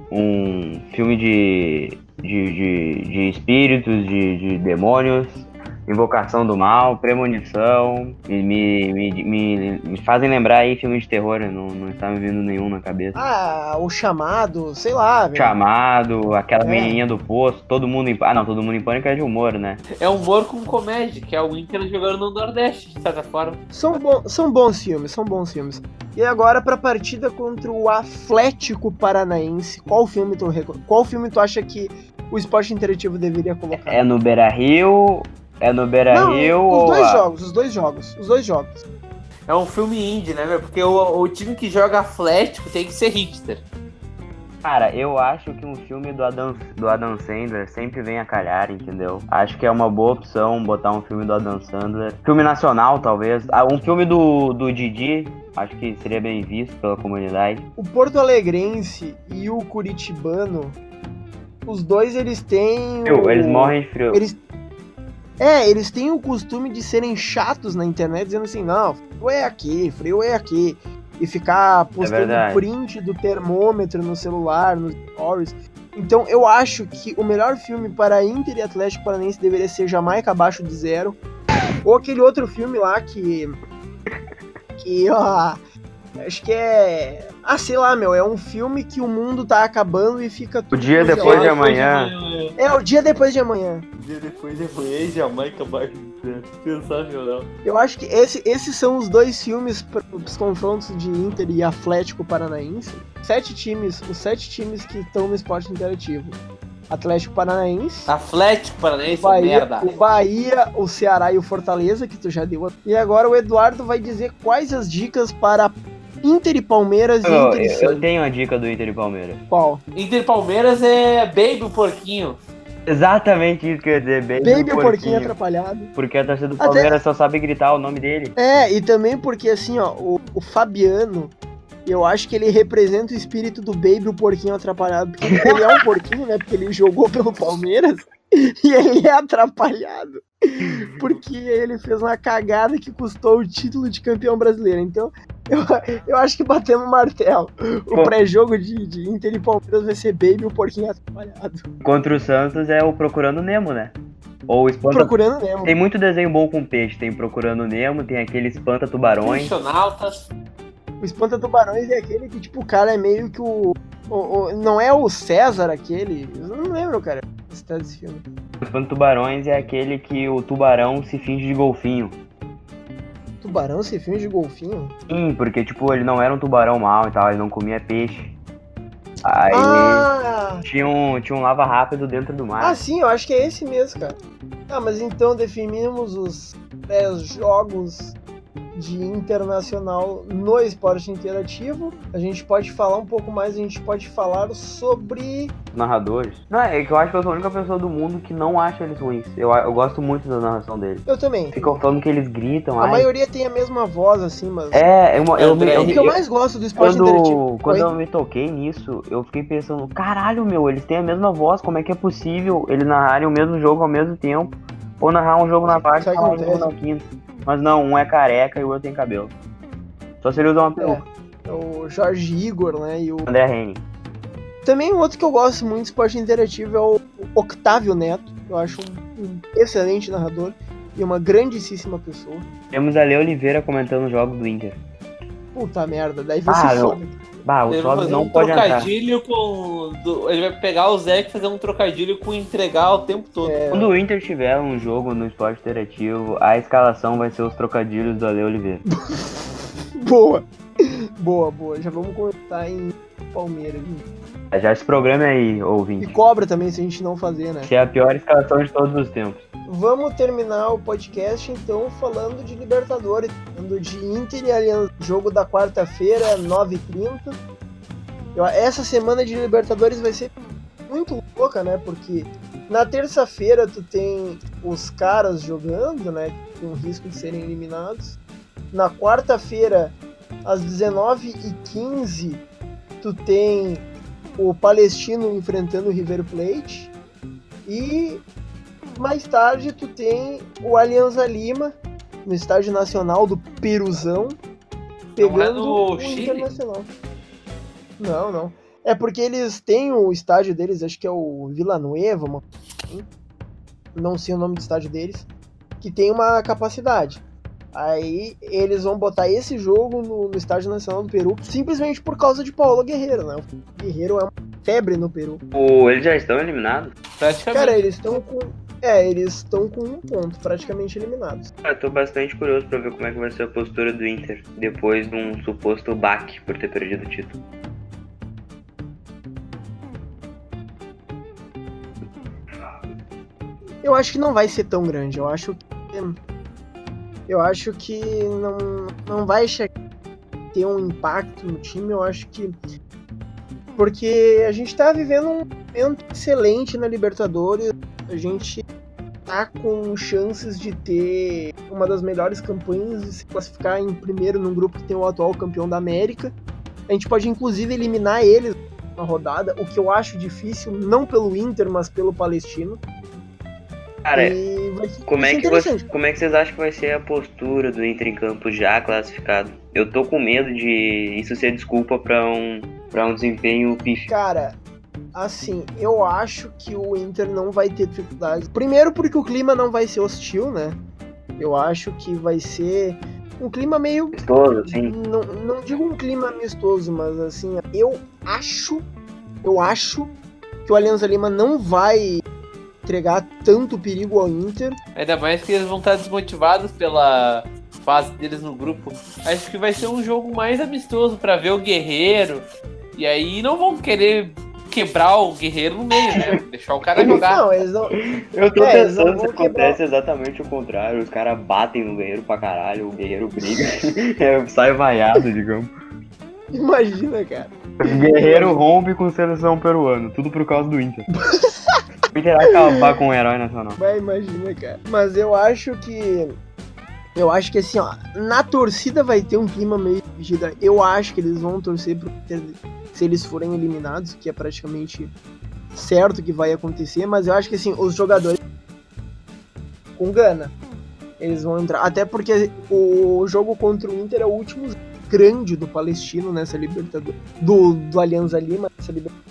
um filme de, de, de, de espíritos, de, de demônios, Invocação do Mal, Premonição. Me, me, me, me, me fazem lembrar aí filme de terror, não, não está me vindo nenhum na cabeça. Ah, o Chamado, sei lá. Velho. Chamado, aquela É. menininha do poço, Todo Mundo em... Ah, não, Todo Mundo em Pânico é de humor, né? É humor com comédia, que é o Inter jogando no Nordeste, de certa forma. São, bo- são bons filmes, são bons filmes. E agora pra partida contra o Atlético Paranaense, qual filme tu, reco- qual filme tu acha que o esporte interativo deveria colocar? É no Beira-Rio... É no Beira-Rio Não, os ou... dois a- jogos, os dois jogos, os dois jogos. É um filme indie, né, meu? Porque o, o time que joga Atlético tem que ser hipster. Cara, eu acho que um filme do Adam, do Adam Sandler sempre vem a calhar, entendeu? Acho que é uma boa opção botar um filme do Adam Sandler. Filme nacional, talvez. Ah, um filme do, do Didi, acho que seria bem visto pela comunidade. O Porto Alegrense e o Curitibano, os dois eles têm... Meu, o- eles morrem de frio. Eles... É, eles têm o costume de serem chatos na internet, dizendo assim, não, frio é aqui, frio é aqui. E ficar postando verdade. print do termômetro no celular, nos stories. Então eu acho que o melhor filme para Inter e Atlético Paranaense deveria ser Jamaica Abaixo de Zero. Ou aquele outro filme lá que... Que, ó... Acho que é... Ah, sei lá, meu, é um filme que o mundo tá acabando e fica tudo O dia congelado. depois de amanhã. É, o dia depois de amanhã. Dia depois de amanhã e Jamaica vai sensacional. Eu acho que esse, esses são os dois filmes para os confrontos de Inter e Atlético Paranaense. Sete times, os sete times que estão no esporte interativo. Atlético Paranaense, Atlético Paranaense, Bahia, merda. o Bahia, o Ceará e o Fortaleza, que tu já deu. E agora o Eduardo vai dizer quais as dicas para Inter e Palmeiras e Eu, Inter e eu Santos. tenho a dica do Inter e Palmeiras. Qual? Inter e Palmeiras é Baby o Porquinho. Exatamente isso que eu ia dizer, Baby, Baby o o Porquinho Atrapalhado. Porque a torcida do Até- Palmeiras só sabe gritar o nome dele. É, e também porque assim, ó, o, o Fabiano, eu acho que ele representa o espírito do Baby, o porquinho atrapalhado. Porque ele é um porquinho, né? Porque ele jogou pelo Palmeiras e ele é atrapalhado. Porque ele fez uma cagada que custou o título de campeão brasileiro. Então, eu, eu acho que batendo o martelo. O Pô. pré-jogo de, de Inter e Palmeiras vai ser Baby, o porquinho atrapalhado. Contra o Santos é o Procurando Nemo, né? Ou o Espanta... Procurando mesmo. Tem muito desenho bom com peixe. Tem Procurando Nemo, tem aquele Espanta Tubarões. Funcionaltas. O Espanta Tubarões é aquele que, tipo, o cara é meio que o. o- o- não é o César aquele? Eu não lembro, cara. Desse filme. O Espanta Tubarões é aquele que o tubarão se finge de golfinho. Tubarão sem filme de golfinho? Sim, porque, tipo, ele não era um tubarão mau e tal, ele não comia peixe. Aí Ah! tinha, um, tinha um lava rápido dentro do mar. Ah, sim, eu acho que é esse mesmo, cara. Ah, mas então definimos os dez jogos de internacional no esporte interativo. A gente pode falar um pouco mais, a gente pode falar sobre... Narradores. Não, é que eu acho que eu sou a única pessoa do mundo que não acha eles ruins. Eu, eu gosto muito da narração deles. Eu também. Ficam falando que eles gritam. A ai. maioria tem a mesma voz, assim, mas... É, eu, eu, me- eu, O me- que eu eu- mais gosto do esporte interativo... Quando, quando Oi? eu me toquei nisso, eu fiquei pensando, caralho, meu, eles têm a mesma voz, como é que é possível eles narrarem o mesmo jogo ao mesmo tempo? Ou narrar um jogo na quarta e Sabe o falar que um jogo na quinta. Mas não, um é careca e o outro tem cabelo. Só se ele usar uma peruca. É, o Jorge Igor, né, e o... André Reni. Também um outro que eu gosto muito de esporte interativo é o Octávio Neto. Eu acho um, um excelente narrador e uma grandíssima pessoa. Temos a Lê Oliveira comentando os jogos do Inter. Puta merda, daí vai Ah, ser não. foda. Bah, o Ele vai Sobe fazer não um pode entrar. trocadilho com. do- Ele vai pegar o Zé e fazer um trocadilho com entregar o tempo todo. É, Quando o Inter tiver um jogo no esporte interativo, a escalação vai ser os trocadilhos do Ale Oliveira. boa. Boa, boa. Já vamos comentar em Palmeiras. Hein? Já esse programa aí, E ouvinte. cobra também se a gente não fazer, né? Que é a pior escalação de todos os tempos. Vamos terminar o podcast então falando de Libertadores, falando de Inter e Aliança, jogo da quarta-feira, nove e trinta. Eu- Essa semana de Libertadores vai ser muito louca, né? Porque na terça-feira tu tem os caras jogando, né? Com risco de serem eliminados. Na quarta-feira, às dezenove e quinze, tu tem o Palestino enfrentando o River Plate. E mais tarde tu tem o Alianza Lima no Estádio Nacional do Peruzão pegando no o Chile? Internacional. Não, não. É porque eles têm o estádio deles, acho que é o Vila Nueva, uma coisa assim. Não sei o nome do estádio deles, que tem uma capacidade. Aí eles vão botar esse jogo no, no Estádio Nacional do Peru simplesmente por causa de Paulo Guerreiro, né? O Guerreiro é uma febre no Peru. Pô, eles já estão eliminados? Praticamente. Cara, eles estão com. É, eles estão com um ponto, praticamente eliminados. Eu tô bastante curioso pra ver como é que vai ser a postura do Inter depois de um suposto baque por ter perdido o título. Eu acho que não vai ser tão grande. Eu acho que. Eu acho que não, não vai che- ter um impacto no time. Eu acho que. Porque a gente tá vivendo um momento excelente na Libertadores. A gente tá com chances de ter uma das melhores campanhas e se classificar em primeiro num grupo que tem o atual campeão da América. A gente pode inclusive eliminar eles na rodada, o que eu acho difícil, não pelo Inter, mas pelo Palestino. Cara, E vai ser como vai é, ser que você, interessante. como é que vocês acham que vai ser a postura do Inter em campo já classificado? Eu tô com medo de isso ser desculpa pra um, pra um desempenho pífio. Cara, assim, eu acho que o Inter não vai ter dificuldades. Primeiro porque o clima não vai ser hostil, né? Eu acho que vai ser um clima meio... Gostoso, assim. Não, não digo um clima amistoso, mas assim, eu acho, eu acho que o Alianza Lima não vai entregar tanto perigo ao Inter. Ainda mais que eles vão estar desmotivados pela fase deles no grupo. Acho que vai ser um jogo mais amistoso pra ver o Guerreiro. E aí não vão querer quebrar o Guerreiro no meio, né? Deixar o cara jogar. Não, eles não... Eu tô É, eles não pensando se vão quebrar- acontece exatamente o contrário. Os caras batem no Guerreiro pra caralho, o Guerreiro briga. É, sai vaiado, digamos. Imagina, cara. O Guerreiro rompe com seleção peruana, tudo por causa do Inter. O Inter vai acabar com o herói nacional. Vai, imagina, cara. Mas eu acho que... Eu acho que assim, ó, na torcida vai ter um clima meio dividido. Eu acho que eles vão torcer pro Inter se eles forem eliminados, que é praticamente certo que vai acontecer, mas eu acho que assim, os jogadores com gana, eles vão entrar, até porque o jogo contra o Inter é o último jogo grande do Palestino nessa Libertadores, do, do Alianza Lima nessa Libertadores.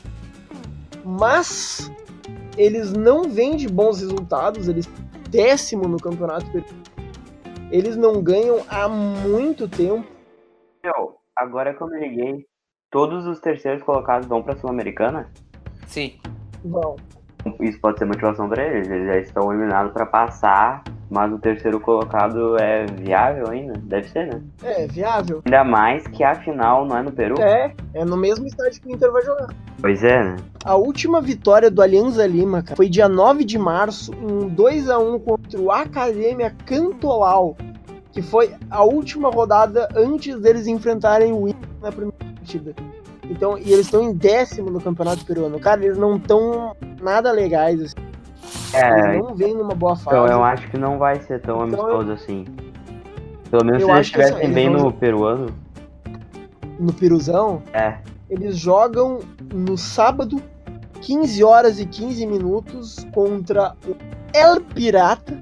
Mas eles não vêm de bons resultados, eles décimo no campeonato peruano. Eles não ganham há muito tempo. Meu, agora que eu me liguei, todos os terceiros colocados vão pra Sul-Americana? Sim. Vão. Isso pode ser motivação pra eles, eles já estão eliminados pra passar, mas o terceiro colocado é viável ainda? Deve ser, né? É viável. Ainda mais que a final não é no Peru? É, é no mesmo estádio que o Inter vai jogar. Pois é, né? A última vitória do Alianza Lima, cara, foi dia nove de março, um dois a um contra o Academia Cantolau, que foi a última rodada antes deles enfrentarem o Inter na primeira partida. Então, e eles estão em décimo no Campeonato Peruano. Cara, eles não estão nada legais, assim. É, Eles não vêm numa boa fase. então eu acho que não vai ser tão Então, amistoso assim. Pelo menos eu se eles acho que estivessem eles bem vão- no peruano. No Peruzão, É. eles jogam no sábado, quinze horas e quinze minutos, contra o El Pirata.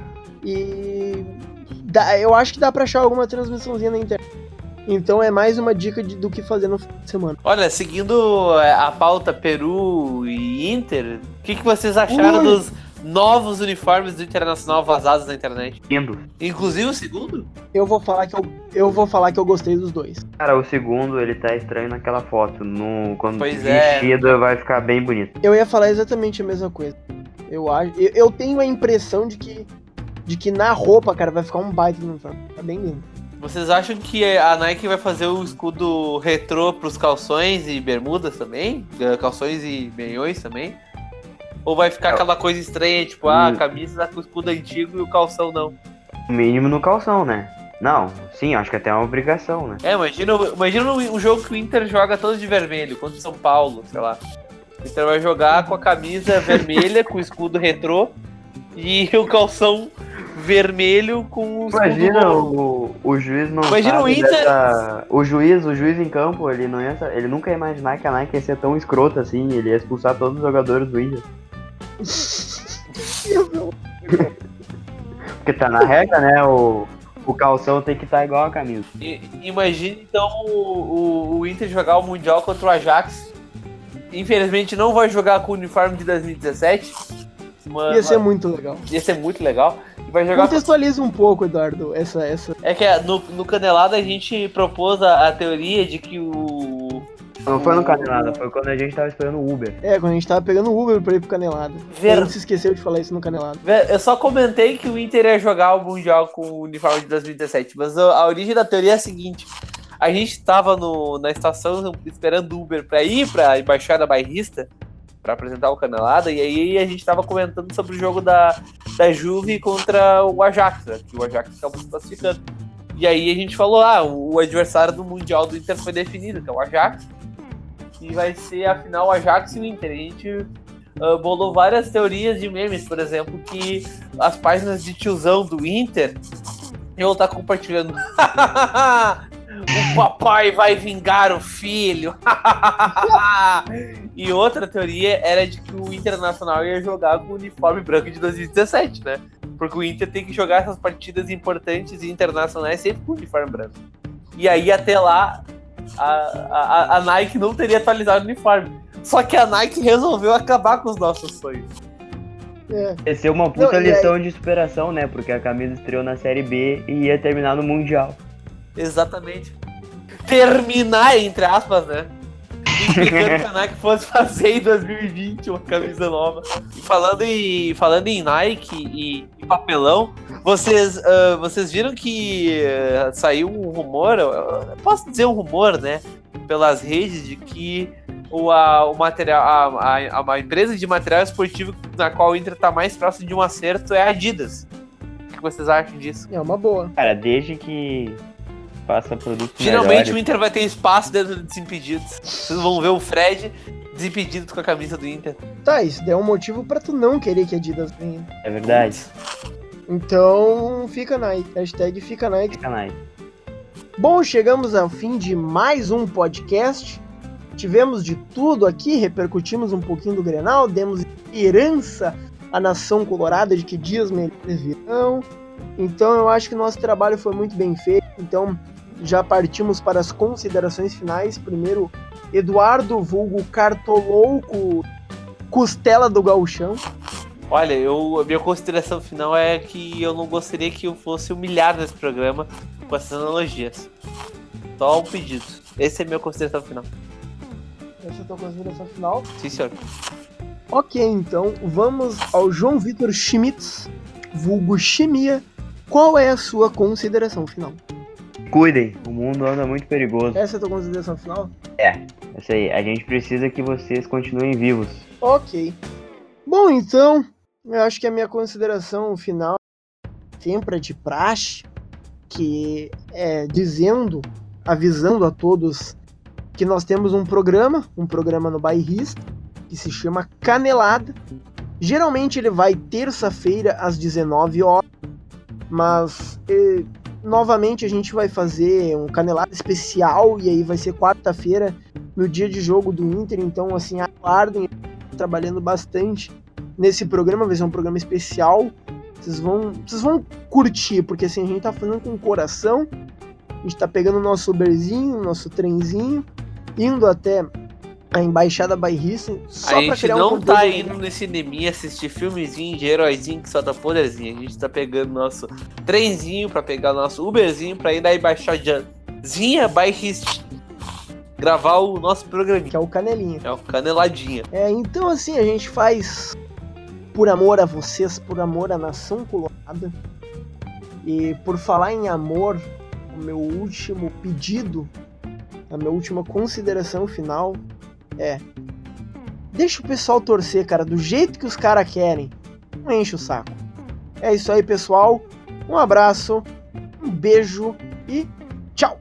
E dá- eu acho que dá pra achar alguma transmissãozinha na internet. Então é mais uma dica de- do que fazer no fim de semana. Olha, seguindo a pauta Peru e Inter, o que, que vocês acharam Ui. dos, novos uniformes do Internacional vazados na internet. Lindo. Inclusive o segundo? Eu vou falar que eu, eu vou falar que eu gostei dos dois. Cara, o segundo, ele tá estranho naquela foto. No, quando Pois é. vestido, vai ficar bem bonito. Eu ia falar exatamente a mesma coisa. Eu acho, eu, eu tenho a impressão de que de que na roupa, cara, vai ficar um baita no uniforme. Tá bem lindo. Vocês acham que a Nike vai fazer o escudo retrô pros calções e bermudas também? Calções e meiões também? Ou vai ficar aquela coisa estranha, tipo, ah, a camisa tá com o escudo antigo e o calção não? O mínimo no calção, né? Não, sim, acho que até é uma obrigação, né? É, imagina, imagina um jogo que o Inter joga todo de vermelho, contra o São Paulo, sei lá. O Inter vai jogar com a camisa vermelha, com o escudo retrô, e o calção vermelho com o escudo Imagina novo. o, o juiz não Imagina sabe o Inter- dessa- O juiz, o juiz em campo, ele, não ia, sa- ele nunca ia imaginar que a Nike ia ser tão escrota assim, ele ia expulsar todos os jogadores do Inter. Porque tá na regra, né? O, o calção tem que estar igual a camisa. I- Imagina então o, o, o Inter jogar o Mundial contra o Ajax. Infelizmente não vai jogar com o uniforme de dois mil e dezessete. Mas, Ia ser muito legal. ia ser muito legal. E vai jogar Contextualiza um pouco, Eduardo, essa, essa... É que no, no Canelada a gente propôs a, a teoria de que o. Não foi no Canelada, foi quando a gente tava esperando o Uber. É, quando a gente tava pegando o Uber pra ir pro Canelada. Ver- A gente se esqueceu de falar isso no Canelada. Eu só comentei que o Inter ia jogar o Mundial com o uniforme de dois mil e dezessete, mas a, a origem da teoria é a seguinte: a gente tava no, na estação esperando o Uber pra ir pra Embaixada Bairrista pra apresentar o Canelada, e aí a gente tava comentando sobre o jogo da, da Juve contra o Ajax, né, que o Ajax acabou se classificando. E aí a gente falou, ah, o, o adversário do Mundial do Inter foi definido, que é o Ajax, e vai ser a final Ajax e o Inter. A gente uh, bolou várias teorias de memes, por exemplo, que as páginas de tiozão do Inter eu tá compartilhando. O papai vai vingar o filho. E outra teoria era de que o Internacional ia jogar com o uniforme branco de dois mil e dezessete, né? Porque o Inter tem que jogar essas partidas importantes e internacionais sempre com o uniforme branco. E aí até lá a, a, a Nike não teria atualizado o uniforme. Só que a Nike resolveu acabar com os nossos sonhos. É. Ia ser uma puta Não, e lição aí- de superação, né? Porque a camisa estreou na Série B e ia terminar no Mundial. Exatamente. Terminar, entre aspas, né? Implicando que a Nike fosse fazer em dois mil e vinte uma camisa nova. E falando em, falando em Nike e, e papelão, vocês, ah, vocês viram que ah, saiu um rumor, eu posso dizer um rumor, né? Pelas redes, de que o, a, o material, a, a, a empresa de material esportivo na qual o Inter está mais próximo de um acerto é a Adidas. O que vocês acham disso? É uma boa. Cara, desde que faça produtos Finalmente melhores. o Inter vai ter espaço dentro do Desimpedidos. Vocês vão ver o Fred Desimpedido com a camisa do Inter. Tá, isso daí é um motivo pra tu não querer que a Adidas venha. É verdade. Então, fica Nike. Hashtag fica Nike. Fica nice. Bom, chegamos ao fim de mais um podcast. Tivemos de tudo aqui, repercutimos um pouquinho do Grenal, demos esperança à nação colorada de que dias melhores virão. Então eu acho que nosso trabalho foi muito bem feito. Então já partimos para as considerações finais. Primeiro, Eduardo, vulgo Cartolouco, Costela do Gauchão. Olha, eu, a minha consideração final é que eu não gostaria que eu fosse humilhado nesse programa com essas analogias. Só um pedido. Essa é a minha consideração final. Essa é a tua consideração final. Sim, senhor. Ok, então vamos ao João Vitor Schmitz, vulgo Chimia. Qual é a sua consideração final? Cuidem, o mundo anda muito perigoso. Essa é a tua consideração final? É, isso aí. A gente precisa que vocês continuem vivos. Ok. Bom, então, eu acho que a minha consideração final sempre é de praxe, que é dizendo, avisando a todos que nós temos um programa, um programa no Bairrista, que se chama Canelada. Geralmente ele vai terça-feira às dezenove horas, mas eh, novamente a gente vai fazer um Canelada especial, e aí vai ser quarta-feira, no dia de jogo do Inter, então assim, aguardem, trabalhando bastante nesse programa, vai ser um programa especial, vocês vão, vocês vão curtir, porque assim, a gente tá fazendo com o coração, a gente tá pegando o nosso Uberzinho, o nosso trenzinho, indo até a Embaixada Bairrista, só A pra gente criar um não conteúdo tá legal. indo no cineminha assistir filmezinho de heróizinho que solta poderzinho. A gente tá pegando nosso trenzinho pra pegar nosso Uberzinho pra ir na Embaixadazinha Bairrista gravar o nosso programinha. Que é o Canelinha. É o Caneladinha. É, então assim, a gente faz por amor a vocês, por amor à nação colorada. E por falar em amor, o meu último pedido, a minha última consideração final é: deixa o pessoal torcer, cara, do jeito que os caras querem. Não enche o saco. É isso aí, pessoal. Um abraço, um beijo e tchau!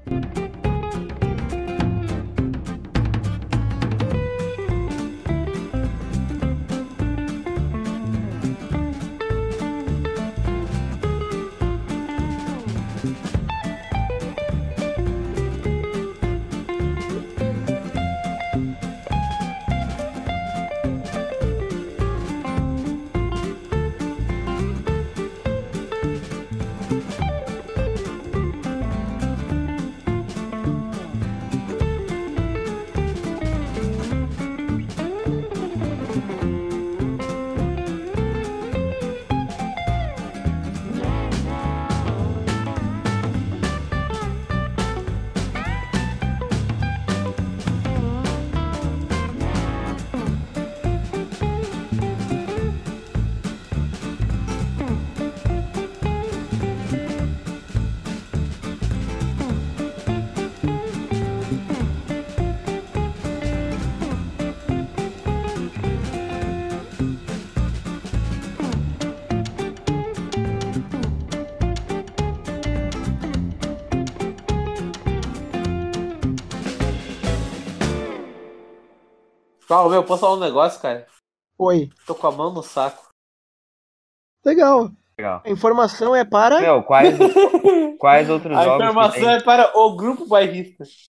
Fala, meu, posso falar um negócio, cara? Oi. Tô com a mão no saco. Legal. Legal. A informação é para... Meu, quais, quais outros A jogos que informação tem? é para o grupo bairrista.